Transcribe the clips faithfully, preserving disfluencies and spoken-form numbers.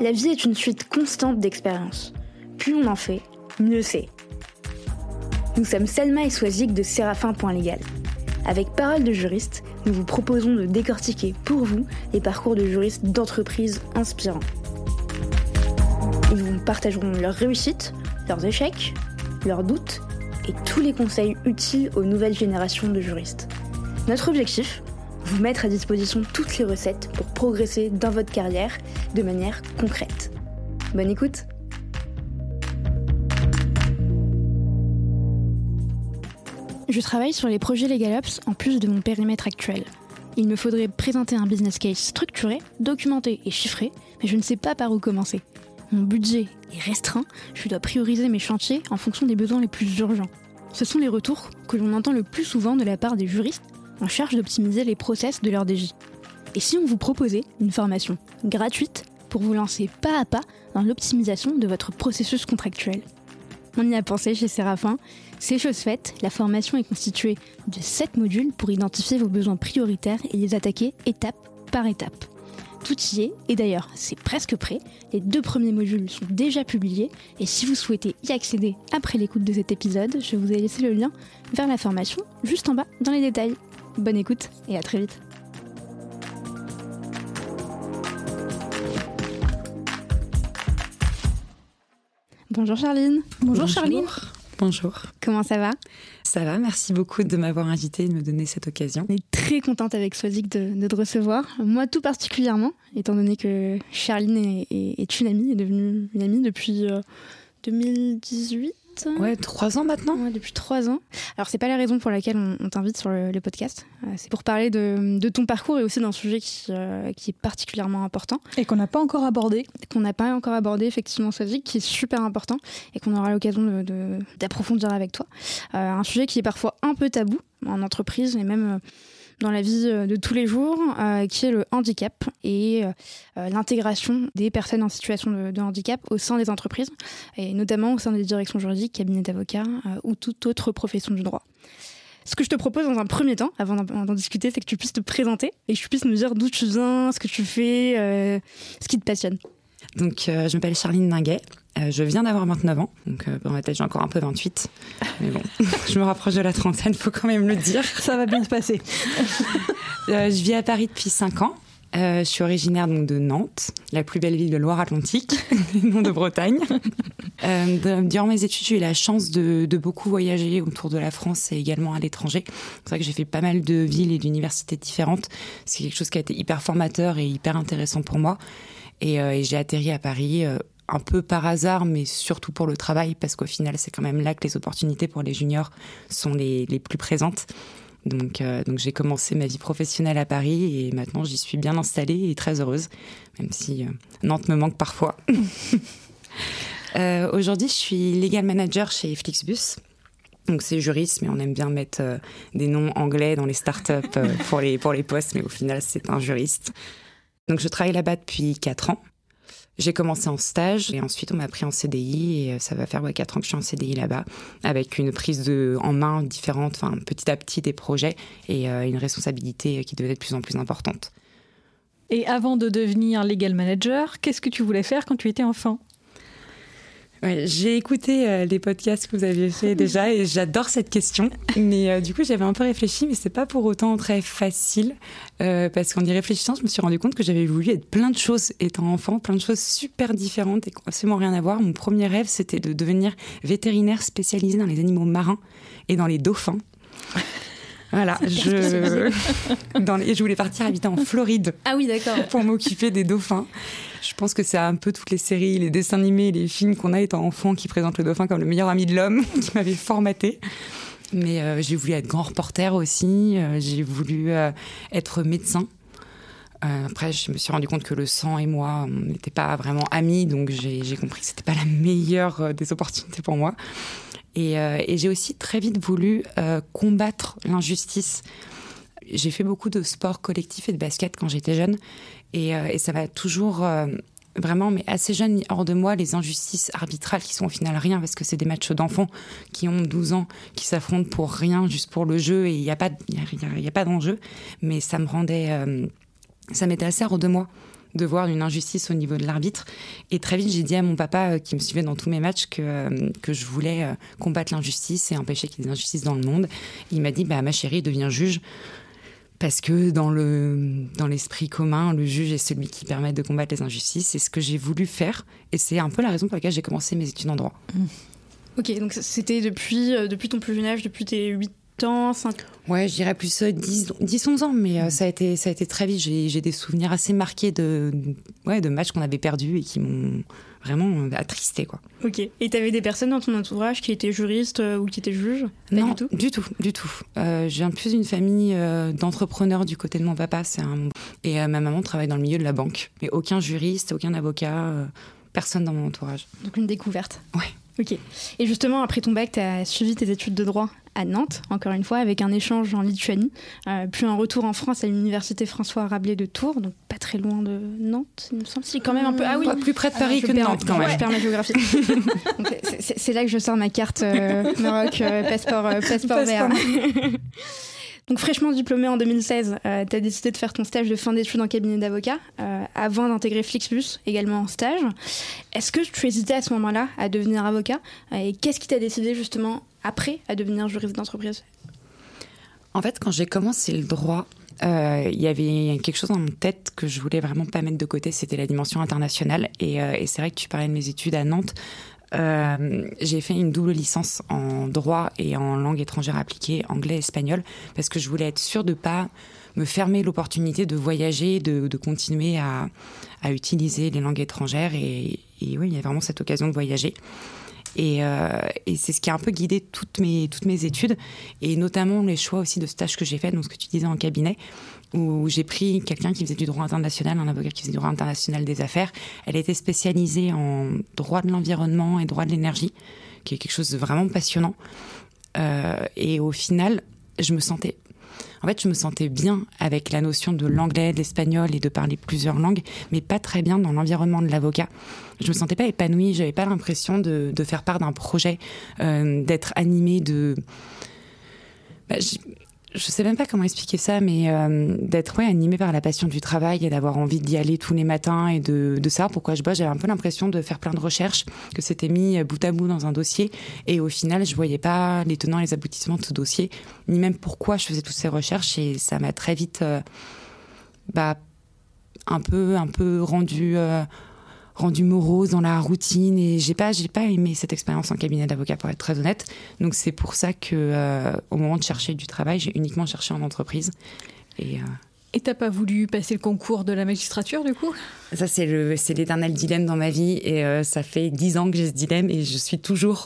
La vie est une suite constante d'expériences. Plus on en fait, mieux c'est. Nous sommes Selma et Swazik de Séraphin point légal. Avec Parole de juriste, nous vous proposons de décortiquer pour vous les parcours de juristes d'entreprises inspirants. Ils vous partageront leurs réussites, leurs échecs, leurs doutes et tous les conseils utiles aux nouvelles générations de juristes. Notre objectif ? Vous mettre à disposition toutes les recettes pour progresser dans votre carrière de manière concrète. Bonne écoute! Je travaille sur les projets LegalOps en plus de mon périmètre actuel. Il me faudrait présenter un business case structuré, documenté et chiffré, mais je ne sais pas par où commencer. Mon budget est restreint, je dois prioriser mes chantiers en fonction des besoins les plus urgents. Ce sont les retours que l'on entend le plus souvent de la part des juristes en charge d'optimiser les process de leur D J. Et si on vous proposait une formation gratuite pour vous lancer pas à pas dans l'optimisation de votre processus contractuel ? On y a pensé chez Séraphin. C'est chose faite, la formation est constituée de sept modules pour identifier vos besoins prioritaires et les attaquer étape par étape. Tout y est, et d'ailleurs c'est presque prêt, les deux premiers modules sont déjà publiés, et si vous souhaitez y accéder après l'écoute de cet épisode, je vous ai laissé le lien vers la formation juste en bas dans les détails. Bonne écoute et à très vite. Bonjour Charline. Bonjour, Bonjour Charline. Bonjour. Comment ça va ? Ça va, merci beaucoup de m'avoir invitée et de me donner cette occasion. On est très contente avec Swazik de, de te recevoir. Moi tout particulièrement, étant donné que Charline est, est, est une amie, est devenue une amie depuis euh, deux mille dix-huit. Ouais, trois ans maintenant. Ouais, depuis trois ans. Alors, c'est pas la raison pour laquelle on, on t'invite sur le, le podcast. Euh, c'est pour parler de, de ton parcours et aussi d'un sujet qui, euh, qui est particulièrement important. Et qu'on n'a pas encore abordé. Qu'on n'a pas encore abordé, effectivement, Swazik, qui est super important et qu'on aura l'occasion de, de, d'approfondir avec toi. Euh, un sujet qui est parfois un peu tabou en entreprise et même... Euh, dans la vie de tous les jours, euh, qui est le handicap et euh, l'intégration des personnes en situation de, de handicap au sein des entreprises, et notamment au sein des directions juridiques, cabinets d'avocats euh, ou toute autre profession du droit. Ce que je te propose dans un premier temps, avant d'en, d'en discuter, c'est que tu puisses te présenter et que tu puisses nous dire d'où tu viens, ce que tu fais, euh, ce qui te passionne. Donc, euh, je m'appelle Charline Dinguet. Euh, je viens d'avoir vingt-neuf ans, donc euh, dans ma tête j'ai encore un peu vingt-huit, mais bon, je me rapproche de la trentaine, faut quand même le dire. Ça va bien se passer. euh, je vis à Paris depuis cinq ans. Euh, je suis originaire donc de Nantes, la plus belle ville de Loire-Atlantique, non de Bretagne. Euh, de, durant mes études, j'ai eu la chance de, de beaucoup voyager autour de la France et également à l'étranger. C'est vrai que j'ai fait pas mal de villes et d'universités différentes. C'est quelque chose qui a été hyper formateur et hyper intéressant pour moi. Et, euh, et j'ai atterri à Paris euh, un peu par hasard, mais surtout pour le travail, parce qu'au final, c'est quand même là que les opportunités pour les juniors sont les, les plus présentes. Donc, euh, donc j'ai commencé ma vie professionnelle à Paris et maintenant j'y suis bien installée et très heureuse, même si euh, Nantes me manque parfois. euh, aujourd'hui, je suis legal manager chez Flixbus. Donc c'est juriste, mais on aime bien mettre euh, des noms anglais dans les startups euh, pour, les, pour les postes, mais au final, c'est un juriste. Donc je travaille là-bas depuis quatre ans. J'ai commencé en stage et ensuite on m'a pris en C D I et ça va faire ouais, quatre ans que je suis en C D I là-bas avec une prise de, en main différente, enfin, petit à petit des projets et euh, une responsabilité qui devait être de plus en plus importante. Et avant de devenir legal manager, qu'est-ce que tu voulais faire quand tu étais enfant ? Ouais, j'ai écouté euh, les podcasts que vous aviez fait déjà et j'adore cette question. Mais euh, du coup, j'avais un peu réfléchi, mais c'est pas pour autant très facile. Euh, parce qu'en y réfléchissant, je me suis rendu compte que j'avais voulu être plein de choses étant enfant, plein de choses super différentes et qui n'ont absolument rien à voir. Mon premier rêve, c'était de devenir vétérinaire spécialisé dans les animaux marins et dans les dauphins. Voilà, je... Dans les... je voulais partir habiter en Floride. Ah oui, d'accord. Pour m'occuper des dauphins. Je pense que c'est un peu toutes les séries, les dessins animés, les films qu'on a étant enfant qui présentent le dauphin comme le meilleur ami de l'homme, qui m'avait formaté. Mais euh, j'ai voulu être grand reporter aussi, euh, j'ai voulu euh, être médecin. Euh, après, je me suis rendu compte que le sang et moi, on n'était pas vraiment amis, donc j'ai, j'ai compris que c'était pas la meilleure euh, des opportunités pour moi. Et, euh, et j'ai aussi très vite voulu euh, combattre l'injustice. J'ai fait beaucoup de sport collectif et de basket quand j'étais jeune. Et, euh, et ça m'a toujours euh, vraiment, mais assez jeune, mis hors de moi les injustices arbitrales qui sont au final rien, parce que c'est des matchs d'enfants qui ont douze ans, qui s'affrontent pour rien, juste pour le jeu, et il n'y a, a, a pas d'enjeu. Mais ça me rendait... Euh, ça m'était assez hors de moi de voir une injustice au niveau de l'arbitre. Et très vite, j'ai dit à mon papa, euh, qui me suivait dans tous mes matchs, que, euh, que je voulais euh, combattre l'injustice et empêcher qu'il y ait des injustices dans le monde. Et il m'a dit, bah, ma chérie, deviens juge. Parce que dans, le, dans l'esprit commun, le juge est celui qui permet de combattre les injustices. C'est ce que j'ai voulu faire. Et c'est un peu la raison pour laquelle j'ai commencé mes études en droit. Mmh. Ok, donc c'était depuis, euh, depuis ton plus jeune âge, depuis tes huit ans, cinq ans. Ouais, je dirais plus euh, dix onze ans, mais euh, ça, a été, ça a été très vite. J'ai, j'ai des souvenirs assez marqués de, ouais, de matchs qu'on avait perdus et qui m'ont vraiment attristé, quoi. Ok, et t'avais des personnes dans ton entourage qui étaient juristes euh, ou qui étaient juges? Pas Non, du tout du tout, du tout. Euh, j'ai un plus une famille euh, d'entrepreneurs du côté de mon papa, c'est un... et euh, ma maman travaille dans le milieu de la banque. Mais aucun juriste, aucun avocat, euh, personne dans mon entourage. Donc une découverte. Ouais. Ok. Et justement, après ton bac, tu as suivi tes études de droit à Nantes, encore une fois, avec un échange en Lituanie, euh, puis un retour en France à l'université François Rabelais de Tours, donc pas très loin de Nantes, il me semble. Si, quand même un peu. Ah oui. Pas plus près de Paris ah, que de Nantes, quand même. Je perds ma géographie. Donc, c'est, c'est, c'est là que je sors ma carte euh, Maroc, euh, passeport, euh, passeport vert. Donc fraîchement diplômée en deux mille seize, euh, tu as décidé de faire ton stage de fin d'études en cabinet d'avocat euh, avant d'intégrer Flixbus, également en stage. Est-ce que tu hésitais à ce moment-là à devenir avocat euh, et qu'est-ce qui t'a décidé justement après à devenir juriste d'entreprise? En fait, quand j'ai commencé le droit, il euh, y avait quelque chose dans mon tête que je voulais vraiment pas mettre de côté, c'était la dimension internationale. Et, euh, et c'est vrai que tu parlais de mes études à Nantes. Euh, j'ai fait une double licence en droit et en langue étrangère appliquée, anglais et espagnol, parce que je voulais être sûre de ne pas me fermer l'opportunité de voyager, de, de continuer à, à utiliser les langues étrangères. Et, et oui, il y a vraiment cette occasion de voyager. Et, euh, et c'est ce qui a un peu guidé toutes mes, toutes mes études, et notamment les choix aussi de stages que j'ai fait, donc ce que tu disais en cabinet, où j'ai pris quelqu'un qui faisait du droit international, un avocat qui faisait du droit international des affaires. Elle était spécialisée en droit de l'environnement et droit de l'énergie, qui est quelque chose de vraiment passionnant. Euh, et au final, je me sentais... En fait, je me sentais bien avec la notion de l'anglais, de l'espagnol et de parler plusieurs langues, mais pas très bien dans l'environnement de l'avocat. Je me sentais pas épanouie, j'avais pas l'impression de, de faire part d'un projet, euh, d'être animée de... Bah, je... Je sais même pas comment expliquer ça, mais euh, d'être ouais, animée par la passion du travail et d'avoir envie d'y aller tous les matins et de, de savoir pourquoi je bosse. J'avais un peu l'impression de faire plein de recherches, que c'était mis bout à bout dans un dossier. Et au final, je voyais pas les tenants et les aboutissements de ce dossier, ni même pourquoi je faisais toutes ces recherches. Et ça m'a très vite euh, bah, un peu, un peu rendu... Euh, rendu morose dans la routine, et j'ai pas j'ai pas aimé cette expérience en cabinet d'avocat, pour être très honnête. Donc c'est pour ça que euh, au moment de chercher du travail, j'ai uniquement cherché en entreprise. Et euh... Et t'as pas voulu passer le concours de la magistrature, du coup? Ça, c'est, le, c'est l'éternel dilemme dans ma vie. Et euh, ça fait dix ans que j'ai ce dilemme et je suis toujours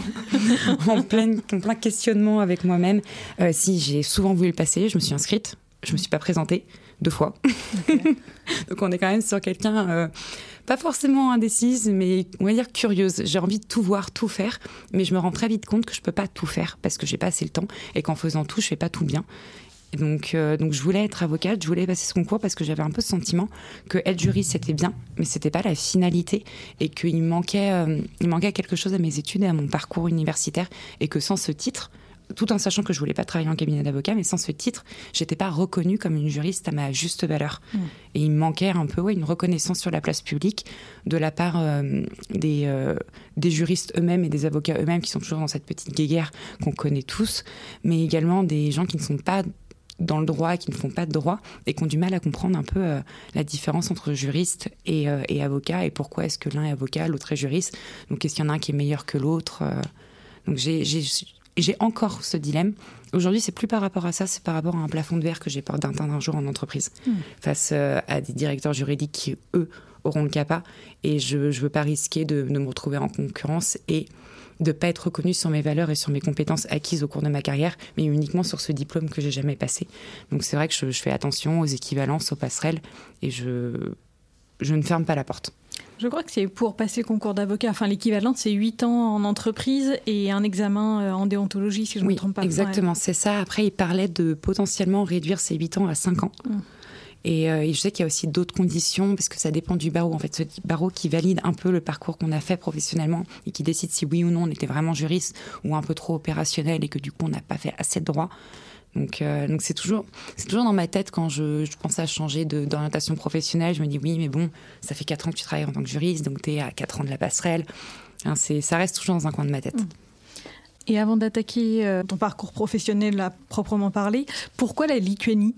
en, plein, en plein questionnement avec moi-même. Euh, si, j'ai souvent voulu le passer, je me suis inscrite, je me suis pas présentée deux fois. Okay. Donc on est quand même sur quelqu'un... Euh, pas forcément indécise, mais on va dire curieuse. J'ai envie de tout voir, tout faire, mais je me rends très vite compte que je peux pas tout faire parce que j'ai pas assez le temps et qu'en faisant tout, je fais pas tout bien. Et donc, euh, donc je voulais être avocate, je voulais passer ce concours parce que j'avais un peu ce sentiment que être juriste c'était bien, mais c'était pas la finalité et qu'il manquait, euh, il manquait quelque chose à mes études et à mon parcours universitaire et que sans ce titre, tout en sachant que je voulais pas travailler en cabinet d'avocat, mais sans ce titre, j'étais pas reconnue comme une juriste à ma juste valeur. Mmh. Et il me manquait un peu ouais, une reconnaissance sur la place publique de la part euh, des, euh, des juristes eux-mêmes et des avocats eux-mêmes qui sont toujours dans cette petite guéguerre qu'on connaît tous, mais également des gens qui ne sont pas dans le droit, qui ne font pas de droit et qui ont du mal à comprendre un peu euh, la différence entre juriste et, euh, et avocat, et pourquoi est-ce que l'un est avocat, l'autre est juriste. Donc est-ce qu'il y en a un qui est meilleur que l'autre euh, Donc j'ai... j'ai Et j'ai encore ce dilemme. Aujourd'hui, c'est plus par rapport à ça, c'est par rapport à un plafond de verre que j'ai peur d'atteindre un jour en entreprise, mmh. face euh, à des directeurs juridiques qui, eux, auront le CAPA. Et je ne veux pas risquer de, de me retrouver en concurrence et de ne pas être reconnue sur mes valeurs et sur mes compétences acquises au cours de ma carrière, mais uniquement sur ce diplôme que je n'ai jamais passé. Donc c'est vrai que je, je fais attention aux équivalences, aux passerelles, et je, je ne ferme pas la porte. Je crois que c'est pour passer le concours d'avocat. Enfin, l'équivalent, c'est huit ans en entreprise et un examen en déontologie, si je ne oui, me trompe pas. Exactement, ouais. C'est ça. Après, il parlait de potentiellement réduire ces huit ans à cinq ans. Mmh. Et, euh, et je sais qu'il y a aussi d'autres conditions, parce que ça dépend du barreau. En fait, ce barreau qui valide un peu le parcours qu'on a fait professionnellement et qui décide si oui ou non on était vraiment juriste ou un peu trop opérationnel et que du coup, on n'a pas fait assez de droit. Donc, euh, donc c'est toujours, c'est toujours dans ma tête quand je, je pense à changer de, d'orientation professionnelle. Je me dis oui, mais bon, ça fait quatre ans que tu travailles en tant que juriste, donc tu es à quatre ans de la passerelle. Hein, c'est, ça reste toujours dans un coin de ma tête. Et avant d'attaquer euh, ton parcours professionnel à proprement parler, pourquoi la Lituanie?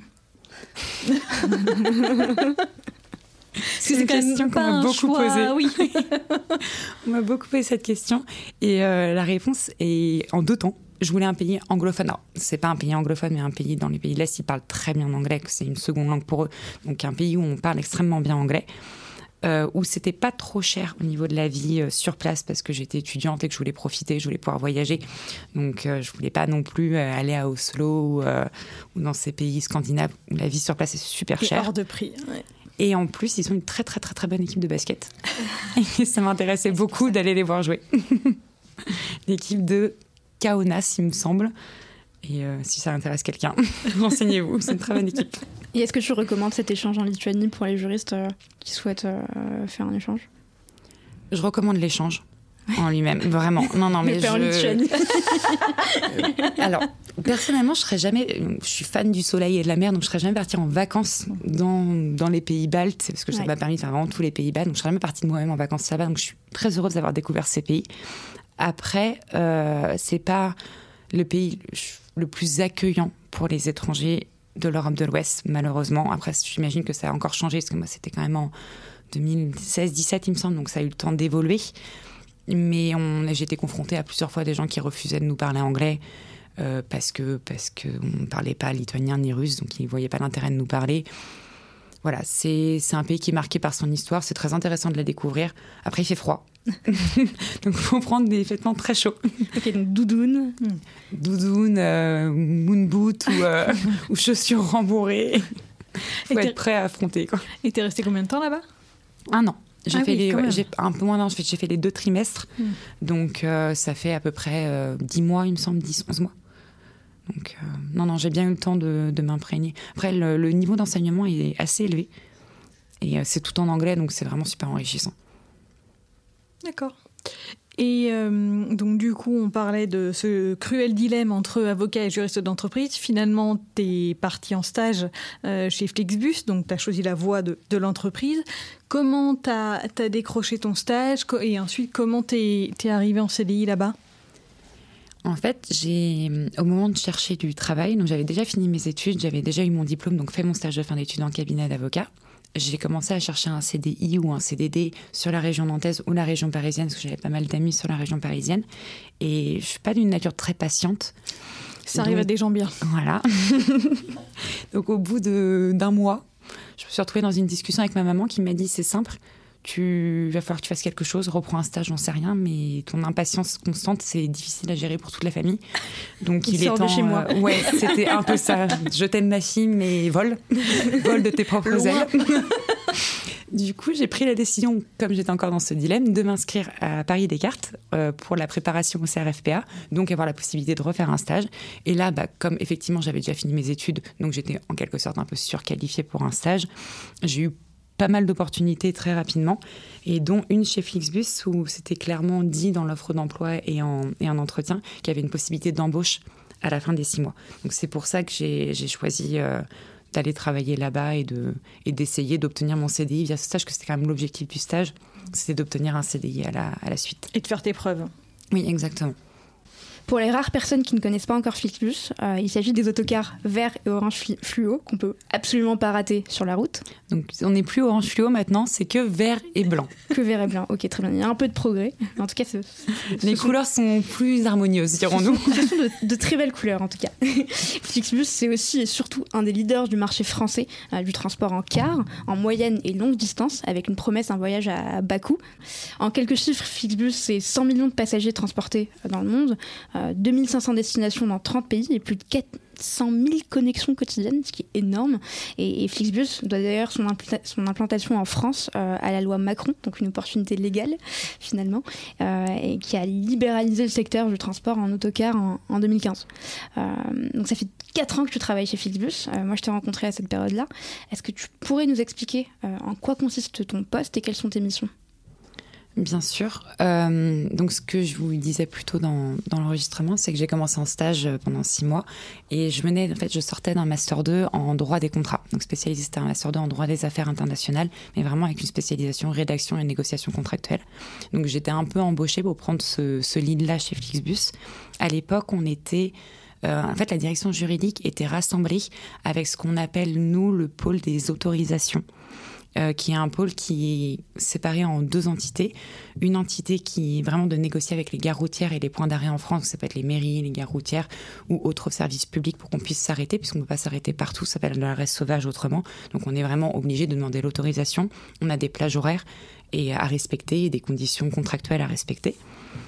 C'est une question qu'on m'a beaucoup posée. Oui. On m'a beaucoup posé cette question. Et euh, la réponse est en deux temps. Je voulais un pays anglophone. Alors, c'est pas un pays anglophone, mais un pays dans les pays de l'Est, ils parlent très bien anglais, que c'est une seconde langue pour eux. Donc, un pays où on parle extrêmement bien anglais, euh, où c'était pas trop cher au niveau de la vie euh, sur place, parce que j'étais étudiante et que je voulais profiter, je voulais pouvoir voyager. Donc, euh, je voulais pas non plus euh, aller à Oslo ou, euh, ou dans ces pays scandinaves où la vie sur place est super chère. Et hors de prix, ouais. Et en plus, ils ont une très, très, très, très bonne équipe de basket. Et ça m'intéressait beaucoup d'aller les voir jouer. L'équipe de Kaunas, il me semble. Et euh, si ça intéresse quelqu'un, renseignez-vous, c'est une très bonne équipe. Et est-ce que tu recommandes cet échange en Lituanie pour les juristes euh, qui souhaitent euh, faire un échange? Je recommande l'échange en lui-même, vraiment. Non, non, mais, mais je... en Lituanie. Alors, personnellement, je serais jamais... Je suis fan du soleil et de la mer, donc je serais jamais partie en vacances dans, dans les pays baltes, parce que ça ouais. m'a permis de faire vraiment tous les pays baltes, donc je serais jamais partie de moi-même en vacances là-bas, donc je suis très heureuse d'avoir découvert ces pays. Après, euh, c'est pas le pays le plus accueillant pour les étrangers de l'Europe de l'Ouest, malheureusement. Après, j'imagine que ça a encore changé, parce que moi, c'était quand même en deux mille seize dix-sept, il me semble, donc ça a eu le temps d'évoluer. Mais on, j'ai été confrontée à plusieurs fois des gens qui refusaient de nous parler anglais euh, parce que parce qu'on ne parlait pas lituanien ni russe, donc ils ne voyaient pas l'intérêt de nous parler. Voilà, c'est, c'est un pays qui est marqué par son histoire, c'est très intéressant de la découvrir. Après, il fait froid. Donc, il faut prendre des vêtements très chauds. Ok, donc doudoune. Doudoune, euh, moon boot ou, euh, ou chaussures rembourrées. Il faut être prêt à affronter, quoi. Et t'es resté combien de temps là-bas? Un an. J'ai ah fait oui, les, ouais, j'ai un peu moins d'un, j'ai fait les deux trimestres. Mm. Donc, euh, ça fait à peu près euh, dix mois, il me semble, dix, onze mois. Donc, euh, non, non, j'ai bien eu le temps de, de m'imprégner. Après, le, le niveau d'enseignement est assez élevé. Et euh, c'est tout en anglais, donc c'est vraiment super enrichissant. D'accord. Et euh, donc, du coup, on parlait de ce cruel dilemme entre avocat et juriste d'entreprise. Finalement, tu es parti en stage euh, chez Flixbus, donc tu as choisi la voie de, de l'entreprise. Comment tu as décroché ton stage et ensuite, comment tu es arrivé en C D I là-bas? En fait, j'ai, au moment de chercher du travail, donc j'avais déjà fini mes études, j'avais déjà eu mon diplôme, donc fait mon stage de fin d'études en cabinet d'avocat. J'ai commencé à chercher un C D I ou un C D D sur la région nantaise ou la région parisienne, parce que j'avais pas mal d'amis sur la région parisienne. Et je suis pas d'une nature très patiente. Ça arrive donc, à des gens bien. Voilà. Donc au bout de, d'un mois, je me suis retrouvée dans une discussion avec ma maman qui m'a dit « c'est simple, tu va falloir que tu fasses quelque chose, reprends un stage, j'en sais rien, mais ton impatience constante, c'est difficile à gérer pour toute la famille. Donc il, il est temps. De chez moi. Euh, ouais, c'était un peu ça. Je t'aime ma fille, mais vole, vole de tes propres ailes. Du coup, j'ai pris la décision, comme j'étais encore dans ce dilemme, de m'inscrire à Paris Descartes euh, pour la préparation au C R F P A, donc avoir la possibilité de refaire un stage. Et là, bah, comme effectivement j'avais déjà fini mes études, donc j'étais en quelque sorte un peu surqualifiée pour un stage, j'ai eu pas mal d'opportunités très rapidement, et dont une chez Flixbus où c'était clairement dit dans l'offre d'emploi et en, et en entretien qu'il y avait une possibilité d'embauche à la fin des six mois. Donc c'est pour ça que j'ai, j'ai choisi euh, d'aller travailler là-bas et, de, et d'essayer d'obtenir mon C D I via ce stage, que c'était quand même l'objectif du stage, c'était d'obtenir un C D I à la, à la suite. Et de faire tes preuves. Oui, exactement. Pour les rares personnes qui ne connaissent pas encore Flixbus, euh, il s'agit des autocars vert et orange fluo qu'on peut absolument pas rater sur la route. Donc on n'est plus orange fluo maintenant, c'est que vert et blanc. Que vert et blanc, ok, très bien. Il y a un peu de progrès. En tout cas, c'est, c'est, les couleurs sont... sont plus harmonieuses, dirons-nous. Ce sont de, de très belles couleurs, en tout cas. Flixbus, c'est aussi et surtout un des leaders du marché français euh, du transport en car, en moyenne et longue distance, avec une promesse d'un voyage à bas coût. En quelques chiffres, Flixbus, c'est cent millions de passagers transportés dans le monde. deux mille cinq cents destinations dans trente pays et plus de quatre cent mille connexions quotidiennes, ce qui est énorme. Et, et Flixbus doit d'ailleurs son, impl- son implantation en France euh, à la loi Macron, donc une opportunité légale finalement, euh, et qui a libéralisé le secteur du transport en autocar en, en deux mille quinze. Euh, donc ça fait quatre ans que tu travailles chez Flixbus. Euh, moi, je t'ai rencontré à cette période-là. Est-ce que tu pourrais nous expliquer euh, en quoi consiste ton poste et quelles sont tes missions ? Bien sûr. Euh, donc, ce que je vous disais plus tôt dans, dans l'enregistrement, c'est que j'ai commencé en stage pendant six mois et je menais, en fait, je sortais d'un master deux en droit des contrats. Donc, spécialisé, c'était un master deux en droit des affaires internationales, mais vraiment avec une spécialisation rédaction et négociation contractuelle. Donc, j'étais un peu embauchée pour prendre ce, ce lead-là chez Flixbus. À l'époque, on était... Euh, en fait, la direction juridique était rassemblée avec ce qu'on appelle, nous, le pôle des autorisations. Euh, qui est un pôle qui est séparé en deux entités. Une entité qui est vraiment de négocier avec les gares routières et les points d'arrêt en France, ça peut être les mairies, les gares routières ou autres services publics pour qu'on puisse s'arrêter, puisqu'on ne peut pas s'arrêter partout, ça s'appelle l'arrêt sauvage autrement. Donc on est vraiment obligé de demander l'autorisation. On a des plages horaires et à respecter et des conditions contractuelles à respecter.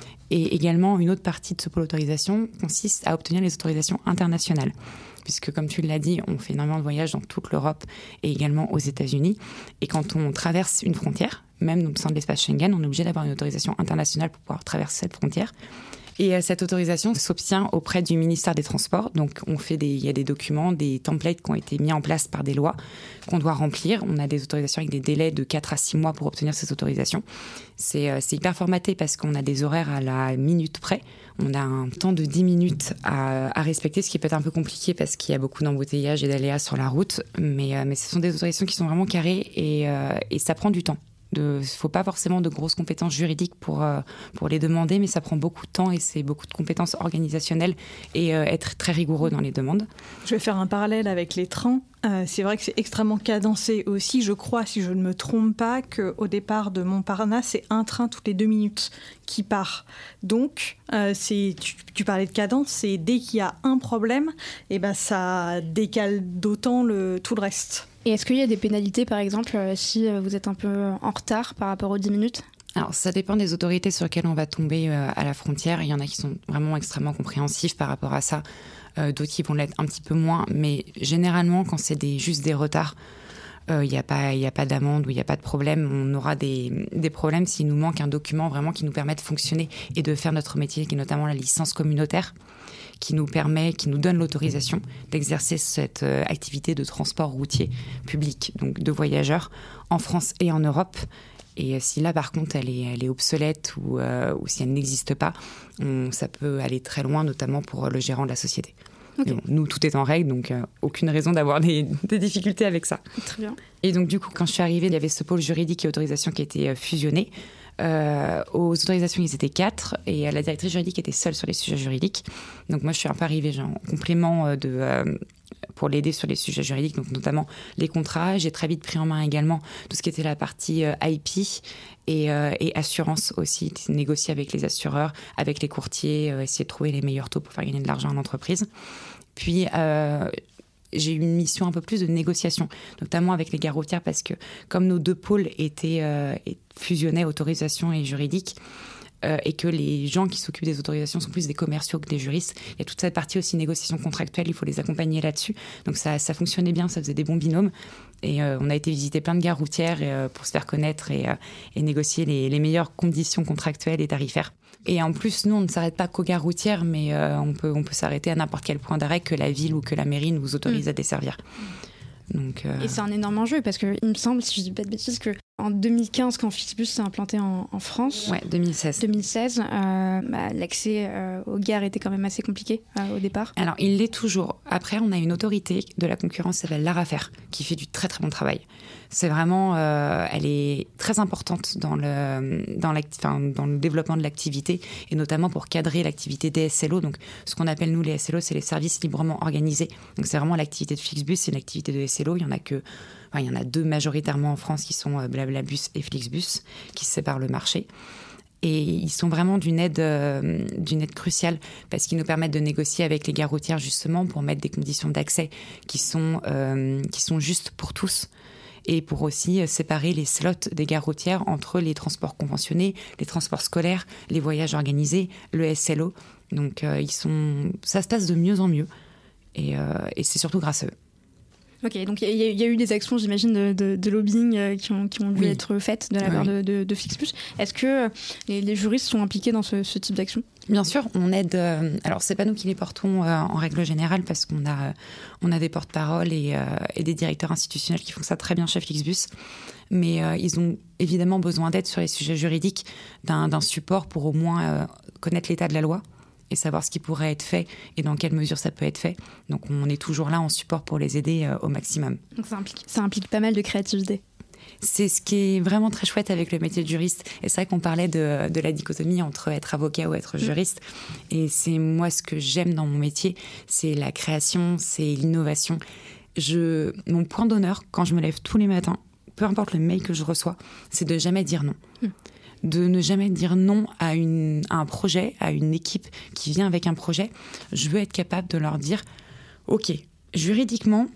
Et également, une autre partie de ce pôle autorisation consiste à obtenir les autorisations internationales. Puisque, comme tu l'as dit, on fait énormément de voyages dans toute l'Europe et également aux États-Unis. Et quand on traverse une frontière, même au sein de l'espace Schengen, on est obligé d'avoir une autorisation internationale pour pouvoir traverser cette frontière. Et cette autorisation s'obtient auprès du ministère des Transports. Donc, on fait des, il y a des documents, des templates qui ont été mis en place par des lois qu'on doit remplir. On a des autorisations avec des délais de quatre à six mois pour obtenir ces autorisations. C'est, c'est hyper formaté parce qu'on a des horaires à la minute près. On a un temps de dix minutes à, à respecter, ce qui peut être un peu compliqué parce qu'il y a beaucoup d'embouteillages et d'aléas sur la route. Mais, mais ce sont des autorisations qui sont vraiment carrées et, euh, et ça prend du temps. Il ne faut pas forcément de grosses compétences juridiques pour, euh, pour les demander, mais ça prend beaucoup de temps et c'est beaucoup de compétences organisationnelles et euh, être très rigoureux dans les demandes. Je vais faire un parallèle avec les trains. Euh, c'est vrai que c'est extrêmement cadencé aussi. Je crois, si je ne me trompe pas, qu'au départ de Montparnasse, c'est un train toutes les deux minutes qui part. Donc, euh, c'est, tu, tu parlais de cadence, c'est dès qu'il y a un problème, eh ben, ça décale d'autant le, tout le reste. Et est-ce qu'il y a des pénalités, par exemple, euh, si vous êtes un peu en retard par rapport aux dix minutes ? Alors, ça dépend des autorités sur lesquelles on va tomber euh, à la frontière. Il y en a qui sont vraiment extrêmement compréhensifs par rapport à ça. Euh, d'autres qui vont l'être un petit peu moins. Mais généralement, quand c'est des, juste des retards, il euh, n'y a pas, y a pas d'amende ou il n'y a pas de problème. On aura des, des problèmes s'il nous manque un document vraiment qui nous permet de fonctionner et de faire notre métier, qui est notamment la licence communautaire, qui nous permet, qui nous donne l'autorisation d'exercer cette euh, activité de transport routier public, donc de voyageurs, en France et en Europe. Et si là, par contre, elle est, elle est obsolète ou, euh, ou si elle n'existe pas, on, ça peut aller très loin, notamment pour le gérant de la société. Okay. Bon, nous, tout est en règle, donc euh, aucune raison d'avoir des, des difficultés avec ça. Très bien. Et donc, du coup, quand je suis arrivée, il y avait ce pôle juridique et autorisation qui était euh, fusionné. Euh, aux autorisations, ils étaient quatre et la directrice juridique était seule sur les sujets juridiques. Donc moi, je suis un peu arrivée genre, en complément de, euh, pour l'aider sur les sujets juridiques, donc notamment les contrats. J'ai très vite pris en main également tout ce qui était la partie euh, I P et, euh, et assurance aussi, négocier avec les assureurs, avec les courtiers, euh, essayer de trouver les meilleurs taux pour faire gagner de l'argent à l'entreprise. Puis... Euh, j'ai eu une mission un peu plus de négociation, notamment avec les gares routières, parce que comme nos deux pôles étaient euh, fusionnaient, autorisation et juridique, euh, et que les gens qui s'occupent des autorisations sont plus des commerciaux que des juristes, il y a toute cette partie aussi négociation contractuelle, il faut les accompagner là-dessus. Donc ça, ça fonctionnait bien, ça faisait des bons binômes. Et euh, on a été visiter plein de gares routières euh, pour se faire connaître et, euh, et négocier les, les meilleures conditions contractuelles et tarifaires. Et en plus, nous, on ne s'arrête pas qu'aux gares routières, mais euh, on peut, on peut s'arrêter à n'importe quel point d'arrêt que la ville ou que la mairie nous autorise mmh. à desservir. Donc, euh... Et c'est un énorme enjeu, parce qu'il me semble, si je ne dis pas de bêtises, qu'en deux mille quinze, quand Flixbus s'est implanté en, en France... Ouais, deux mille seize. deux mille seize, euh, bah, l'accès euh, aux gares était quand même assez compliqué euh, au départ. Alors, il l'est toujours. Après, on a une autorité de la concurrence qui s'appelle l'ARAFER, qui fait du très très bon travail. C'est vraiment... Euh, elle est très importante dans le, dans, enfin, dans le développement de l'activité, et notamment pour cadrer l'activité des S L O. Donc, ce qu'on appelle, nous, les S L O, c'est les services librement organisés. Donc, c'est vraiment l'activité de Flixbus, c'est une activité de S L O. Il y en a que... Enfin, il y en a deux majoritairement en France qui sont euh, Blablabus et Flixbus, qui séparent le marché. Et ils sont vraiment d'une aide, euh, d'une aide cruciale parce qu'ils nous permettent de négocier avec les gares routières justement pour mettre des conditions d'accès qui sont, euh, qui sont justes pour tous. Et pour aussi séparer les slots des gares routières entre les transports conventionnés, les transports scolaires, les voyages organisés, le S L O. Donc euh, ils sont, ça se passe de mieux en mieux. Et, euh, et c'est surtout grâce à eux. Ok, donc il y, y, y a eu des actions, j'imagine, de, de, de lobbying euh, qui, ont, qui ont dû oui. être faites de la part oui. de, de, de Flixbus. Est-ce que les, les juristes sont impliqués dans ce, ce type d'action ? Bien sûr, on aide. Euh, alors, c'est pas nous qui les portons euh, en règle générale parce qu'on a, on a des porte-paroles et, euh, et des directeurs institutionnels qui font ça très bien chez Flixbus. Mais euh, ils ont évidemment besoin d'aide sur les sujets juridiques, d'un, d'un support pour au moins euh, connaître l'état de la loi et savoir ce qui pourrait être fait et dans quelle mesure ça peut être fait. Donc, on est toujours là en support pour les aider euh, au maximum. Donc, ça implique, ça implique pas mal de créativité. C'est ce qui est vraiment très chouette avec le métier de juriste. Et c'est vrai qu'on parlait de, de la dichotomie entre être avocat ou être juriste. Et c'est moi ce que j'aime dans mon métier, c'est la création, c'est l'innovation. Je, mon point d'honneur, quand je me lève tous les matins, peu importe le mail que je reçois, c'est de jamais dire non. Mmh. De ne jamais dire non à, une, à un projet, à une équipe qui vient avec un projet. Je veux être capable de leur dire « Ok, juridiquement,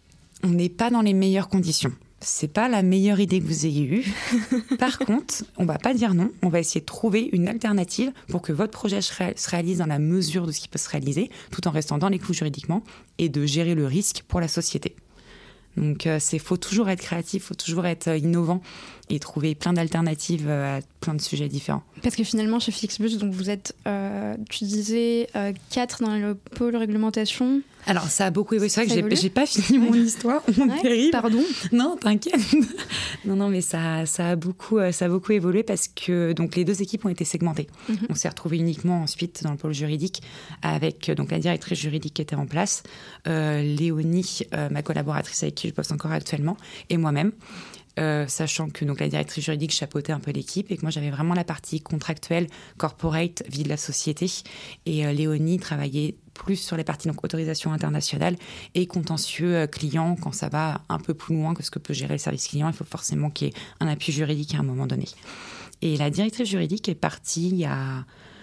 on n'est pas dans les meilleures conditions. » C'est pas la meilleure idée que vous ayez eue. Par contre, on va pas dire non. On va essayer de trouver une alternative pour que votre projet se réalise dans la mesure de ce qui peut se réaliser, tout en restant dans les clous juridiquement et de gérer le risque pour la société. Donc, il euh, faut toujours être créatif, il faut toujours être euh, innovant et trouver plein d'alternatives euh, à plein de sujets différents. Parce que finalement, chez Flixbus, donc vous êtes, euh, tu disais, euh, quatre dans le pôle réglementation. Alors, ça a beaucoup évolué. C'est vrai que j'ai, j'ai pas fini mon histoire. Mon ouais, terrible. Pardon. Non, t'inquiète. non, non, mais ça, ça, a beaucoup, ça a beaucoup évolué parce que donc, les deux équipes ont été segmentées. Mm-hmm. On s'est retrouvés uniquement ensuite dans le pôle juridique avec donc, la directrice juridique qui était en place, euh, Léonie, euh, ma collaboratrice avec qui je bosse encore actuellement, et moi-même. Euh, sachant que donc, la directrice juridique chapeautait un peu l'équipe et que moi j'avais vraiment la partie contractuelle, corporate, vie de la société. Et euh, Léonie travaillait plus sur les parties donc, autorisation internationale et contentieux euh, client quand ça va un peu plus loin que ce que peut gérer le service client. Il faut forcément qu'il y ait un appui juridique à un moment donné. Et la directrice juridique est partie il y a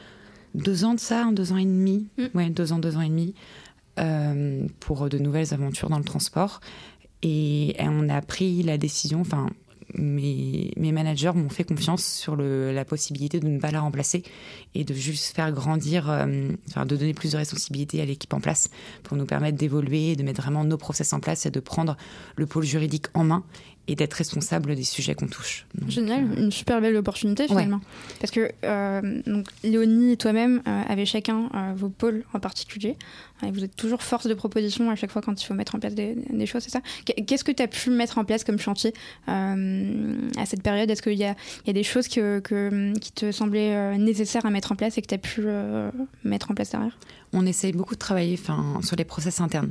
deux ans de ça, deux ans et demi, mmh. ouais, deux ans, deux ans et demi, euh, pour de nouvelles aventures dans le transport. Et on a pris la décision, enfin, mes, mes managers m'ont fait confiance sur le, la possibilité de ne pas la remplacer et de juste faire grandir, euh, enfin, de donner plus de responsabilités à l'équipe en place pour nous permettre d'évoluer, de mettre vraiment nos process en place et de prendre le pôle juridique en main et d'être responsable des sujets qu'on touche. Donc, Génial, euh... une super belle opportunité finalement. Ouais. Parce que euh, donc, Léonie et toi-même euh, avez chacun euh, vos pôles en particulier. Et vous êtes toujours force de proposition à chaque fois quand il faut mettre en place des, des choses, c'est ça ? Qu'est-ce que tu as pu mettre en place comme chantier euh, à cette période ? Est-ce qu'il y a, il y a des choses que, que, qui te semblaient euh, nécessaires à mettre en place et que tu as pu euh, mettre en place derrière ? On essaye beaucoup de travailler sur les process internes.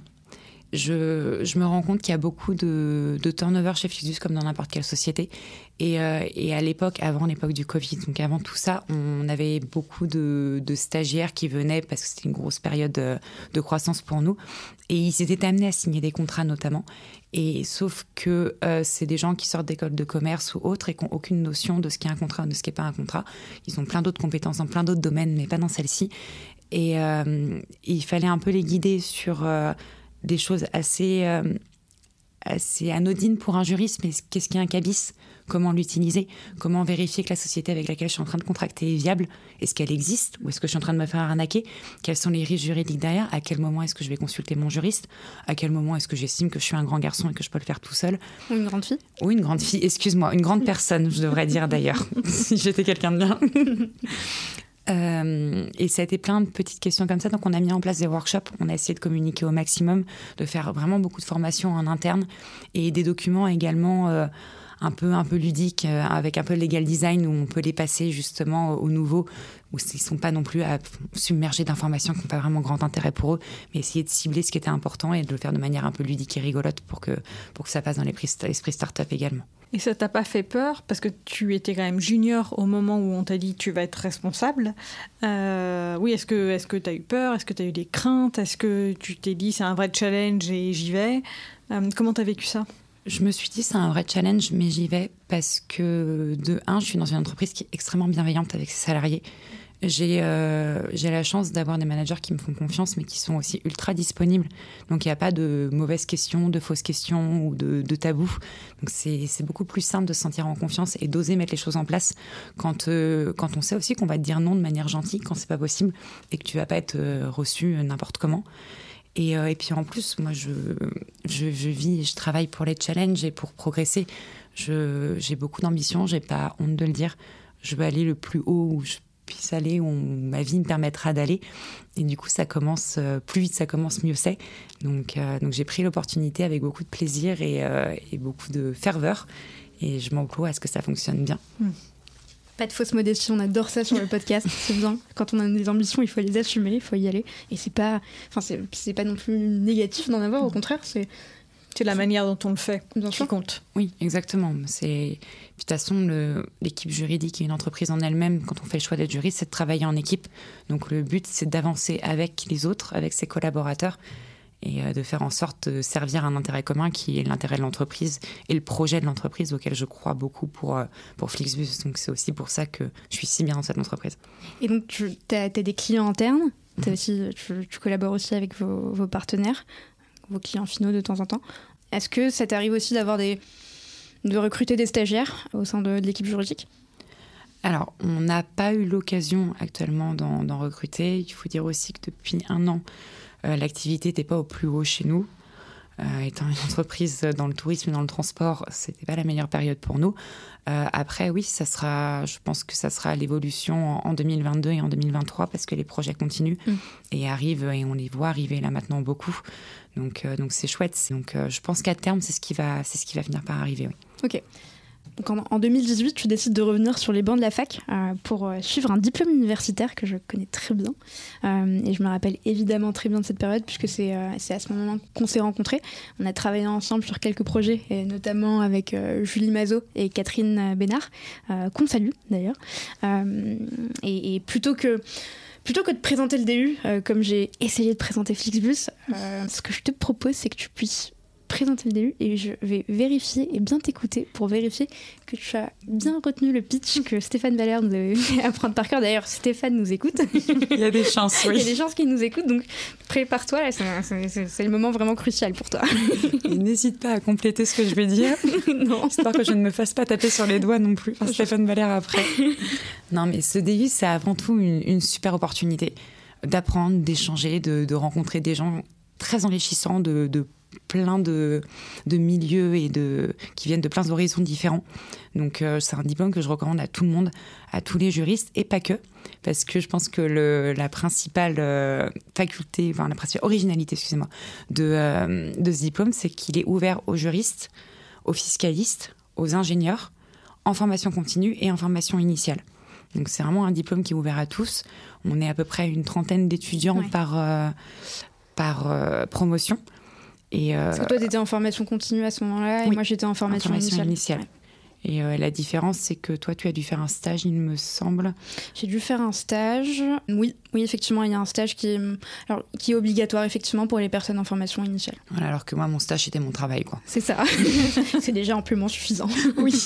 Je, je me rends compte qu'il y a beaucoup de, de turnover chez Flixbus comme dans n'importe quelle société. Et, euh, et à l'époque, avant l'époque du Covid, donc avant tout ça, on avait beaucoup de, de stagiaires qui venaient parce que c'était une grosse période de, de croissance pour nous. Et ils étaient amenés à signer des contrats notamment. Et sauf que euh, c'est des gens qui sortent d'écoles de commerce ou autres et qui n'ont aucune notion de ce qu'est un contrat ou de ce qui n'est pas un contrat. Ils ont plein d'autres compétences dans plein d'autres domaines, mais pas dans celle-ci. Et euh, il fallait un peu les guider sur... Euh, des choses assez, euh, assez anodines pour un juriste, mais qu'est-ce qu'est un cabis ? Comment l'utiliser ? Comment vérifier que la société avec laquelle je suis en train de contracter est viable ? Est-ce qu'elle existe ? Ou est-ce que je suis en train de me faire arnaquer ? Quels sont les risques juridiques derrière ? À quel moment est-ce que je vais consulter mon juriste ? À quel moment est-ce que j'estime que je suis un grand garçon et que je peux le faire tout seul ? Ou une grande fille ? Ou une grande fille, excuse-moi, une grande personne, je devrais dire d'ailleurs, si j'étais quelqu'un de bien. Euh, et ça a été plein de petites questions comme ça. Donc, on a mis en place des workshops. On a essayé de communiquer au maximum, de faire vraiment beaucoup de formations en interne et des documents également euh, un peu, un peu ludiques, euh, avec un peu de legal design où on peut les passer justement aux nouveaux, où ils ne sont pas non plus à, submergés d'informations qui n'ont pas vraiment grand intérêt pour eux, mais essayer de cibler ce qui était important et de le faire de manière un peu ludique et rigolote pour que, pour que ça passe dans l'esprit start-up également. Et ça t'a pas fait peur parce que tu étais quand même junior au moment où on t'a dit tu vas être responsable. Euh, oui, est-ce que est-ce que t'as eu peur ? Est-ce que t'as eu des craintes ? Est-ce que tu t'es dit c'est un vrai challenge et j'y vais ? euh, Comment t'as vécu ça ? Je me suis dit c'est un vrai challenge, mais j'y vais parce que de un, je suis dans une entreprise qui est extrêmement bienveillante avec ses salariés. J'ai, euh, j'ai la chance d'avoir des managers qui me font confiance, mais qui sont aussi ultra disponibles. Donc, il n'y a pas de mauvaises questions, de fausses questions ou de, de tabous. Donc, c'est, c'est beaucoup plus simple de se sentir en confiance et d'oser mettre les choses en place quand, euh, quand on sait aussi qu'on va te dire non de manière gentille quand c'est pas possible et que tu vas pas être euh, reçu n'importe comment. Et, euh, et puis, en plus, moi, je, je, je vis et je travaille pour les challenges et pour progresser. Je, j'ai beaucoup d'ambition, j'ai pas honte de le dire. Je veux aller le plus haut où je puisse aller, où ma vie me permettra d'aller. Et du coup, ça commence, euh, plus vite ça commence, mieux c'est. Donc, euh, donc j'ai pris l'opportunité avec beaucoup de plaisir et, euh, et beaucoup de ferveur. Et je m'emploie à ce que ça fonctionne bien. Mmh. Pas de fausse modestie, on adore ça sur le podcast, c'est bien. Quand on a des ambitions, il faut les assumer, il faut y aller. Et c'est pas, enfin c'est, c'est pas non plus négatif d'en avoir, au contraire, c'est... C'est la manière dont on le fait bien qui sûr. compte. Oui, exactement. C'est... Puis, de toute façon, le... l'équipe juridique et une entreprise en elle-même, quand on fait le choix d'être juriste, c'est de travailler en équipe. Donc le but, c'est d'avancer avec les autres, avec ses collaborateurs, et de faire en sorte de servir un intérêt commun qui est l'intérêt de l'entreprise et le projet de l'entreprise auquel je crois beaucoup pour, pour Flixbus. Donc c'est aussi pour ça que je suis si bien dans cette entreprise. Et donc tu as des clients internes, t'as aussi, tu, tu collabores aussi avec vos, vos partenaires, vos clients finaux de temps en temps. Est-ce que ça t'arrive aussi d'avoir des, de recruter des stagiaires au sein de, de l'équipe juridique ? Alors, on n'a pas eu l'occasion actuellement d'en, d'en recruter. Il faut dire aussi que depuis un an, euh, l'activité n'était pas au plus haut chez nous. Euh, étant une entreprise dans le tourisme et dans le transport, c'était pas la meilleure période pour nous. Euh, après, oui, ça sera, je pense que ça sera l'évolution en, en deux mille vingt-deux et en deux mille vingt-trois parce que les projets continuent mmh. et arrivent et on les voit arriver là maintenant beaucoup. Donc, euh, donc c'est chouette. Donc, euh, je pense qu'à terme, c'est ce qui va, c'est ce qui va finir par arriver. Oui. Ok. Donc en, en deux mille dix-huit, tu décides de revenir sur les bancs de la fac euh, pour euh, suivre un diplôme universitaire que je connais très bien. Euh, et je me rappelle évidemment très bien de cette période puisque c'est, euh, c'est à ce moment-là qu'on s'est rencontrés. On a travaillé ensemble sur quelques projets, et notamment avec euh, Julie Mazot et Catherine Bénard, euh, qu'on salue d'ailleurs. Euh, et, et plutôt que... Plutôt que de présenter le D U, euh, comme j'ai essayé de présenter Flixbus, euh, ce que je te propose, c'est que tu puisses présenter le D U et je vais vérifier et bien t'écouter pour vérifier que tu as bien retenu le pitch que Stéphane Valère nous avait fait apprendre par cœur. D'ailleurs, Stéphane nous écoute. Il y a des chances, oui. Il y a des chances qu'il nous écoute, donc prépare-toi, là, c'est, c'est, c'est le moment vraiment crucial pour toi. Et n'hésite pas à compléter ce que je vais dire, non. Histoire que je ne me fasse pas taper sur les doigts non plus par Stéphane Valère après. Non, mais ce D U, c'est avant tout une, une super opportunité d'apprendre, d'échanger, de, de rencontrer des gens très enrichissants, de, de plein de, de milieux et de, qui viennent de plein d'horizons différents. Donc euh, c'est un diplôme que je recommande à tout le monde, à tous les juristes et pas que, parce que je pense que le, la principale euh, faculté, enfin la principale originalité, excusez-moi, de, euh, de ce diplôme, c'est qu'il est ouvert aux juristes, aux fiscalistes, aux ingénieurs, en formation continue et en formation initiale. Donc c'est vraiment un diplôme qui est ouvert à tous. On est à peu près une trentaine d'étudiants ouais. par, euh, par euh, promotion. Et euh, Parce que toi, tu étais en formation continue à ce moment-là, et oui, moi, j'étais en formation, en formation initiale. initiale. Ouais. Et euh, la différence, c'est que toi, tu as dû faire un stage, il me semble. J'ai dû faire un stage. Oui, oui, effectivement, il y a un stage qui est, alors, qui est obligatoire, effectivement, pour les personnes en formation initiale. Voilà, alors que moi, mon stage, c'était mon travail, quoi. C'est ça. C'est déjà amplement suffisant. Oui.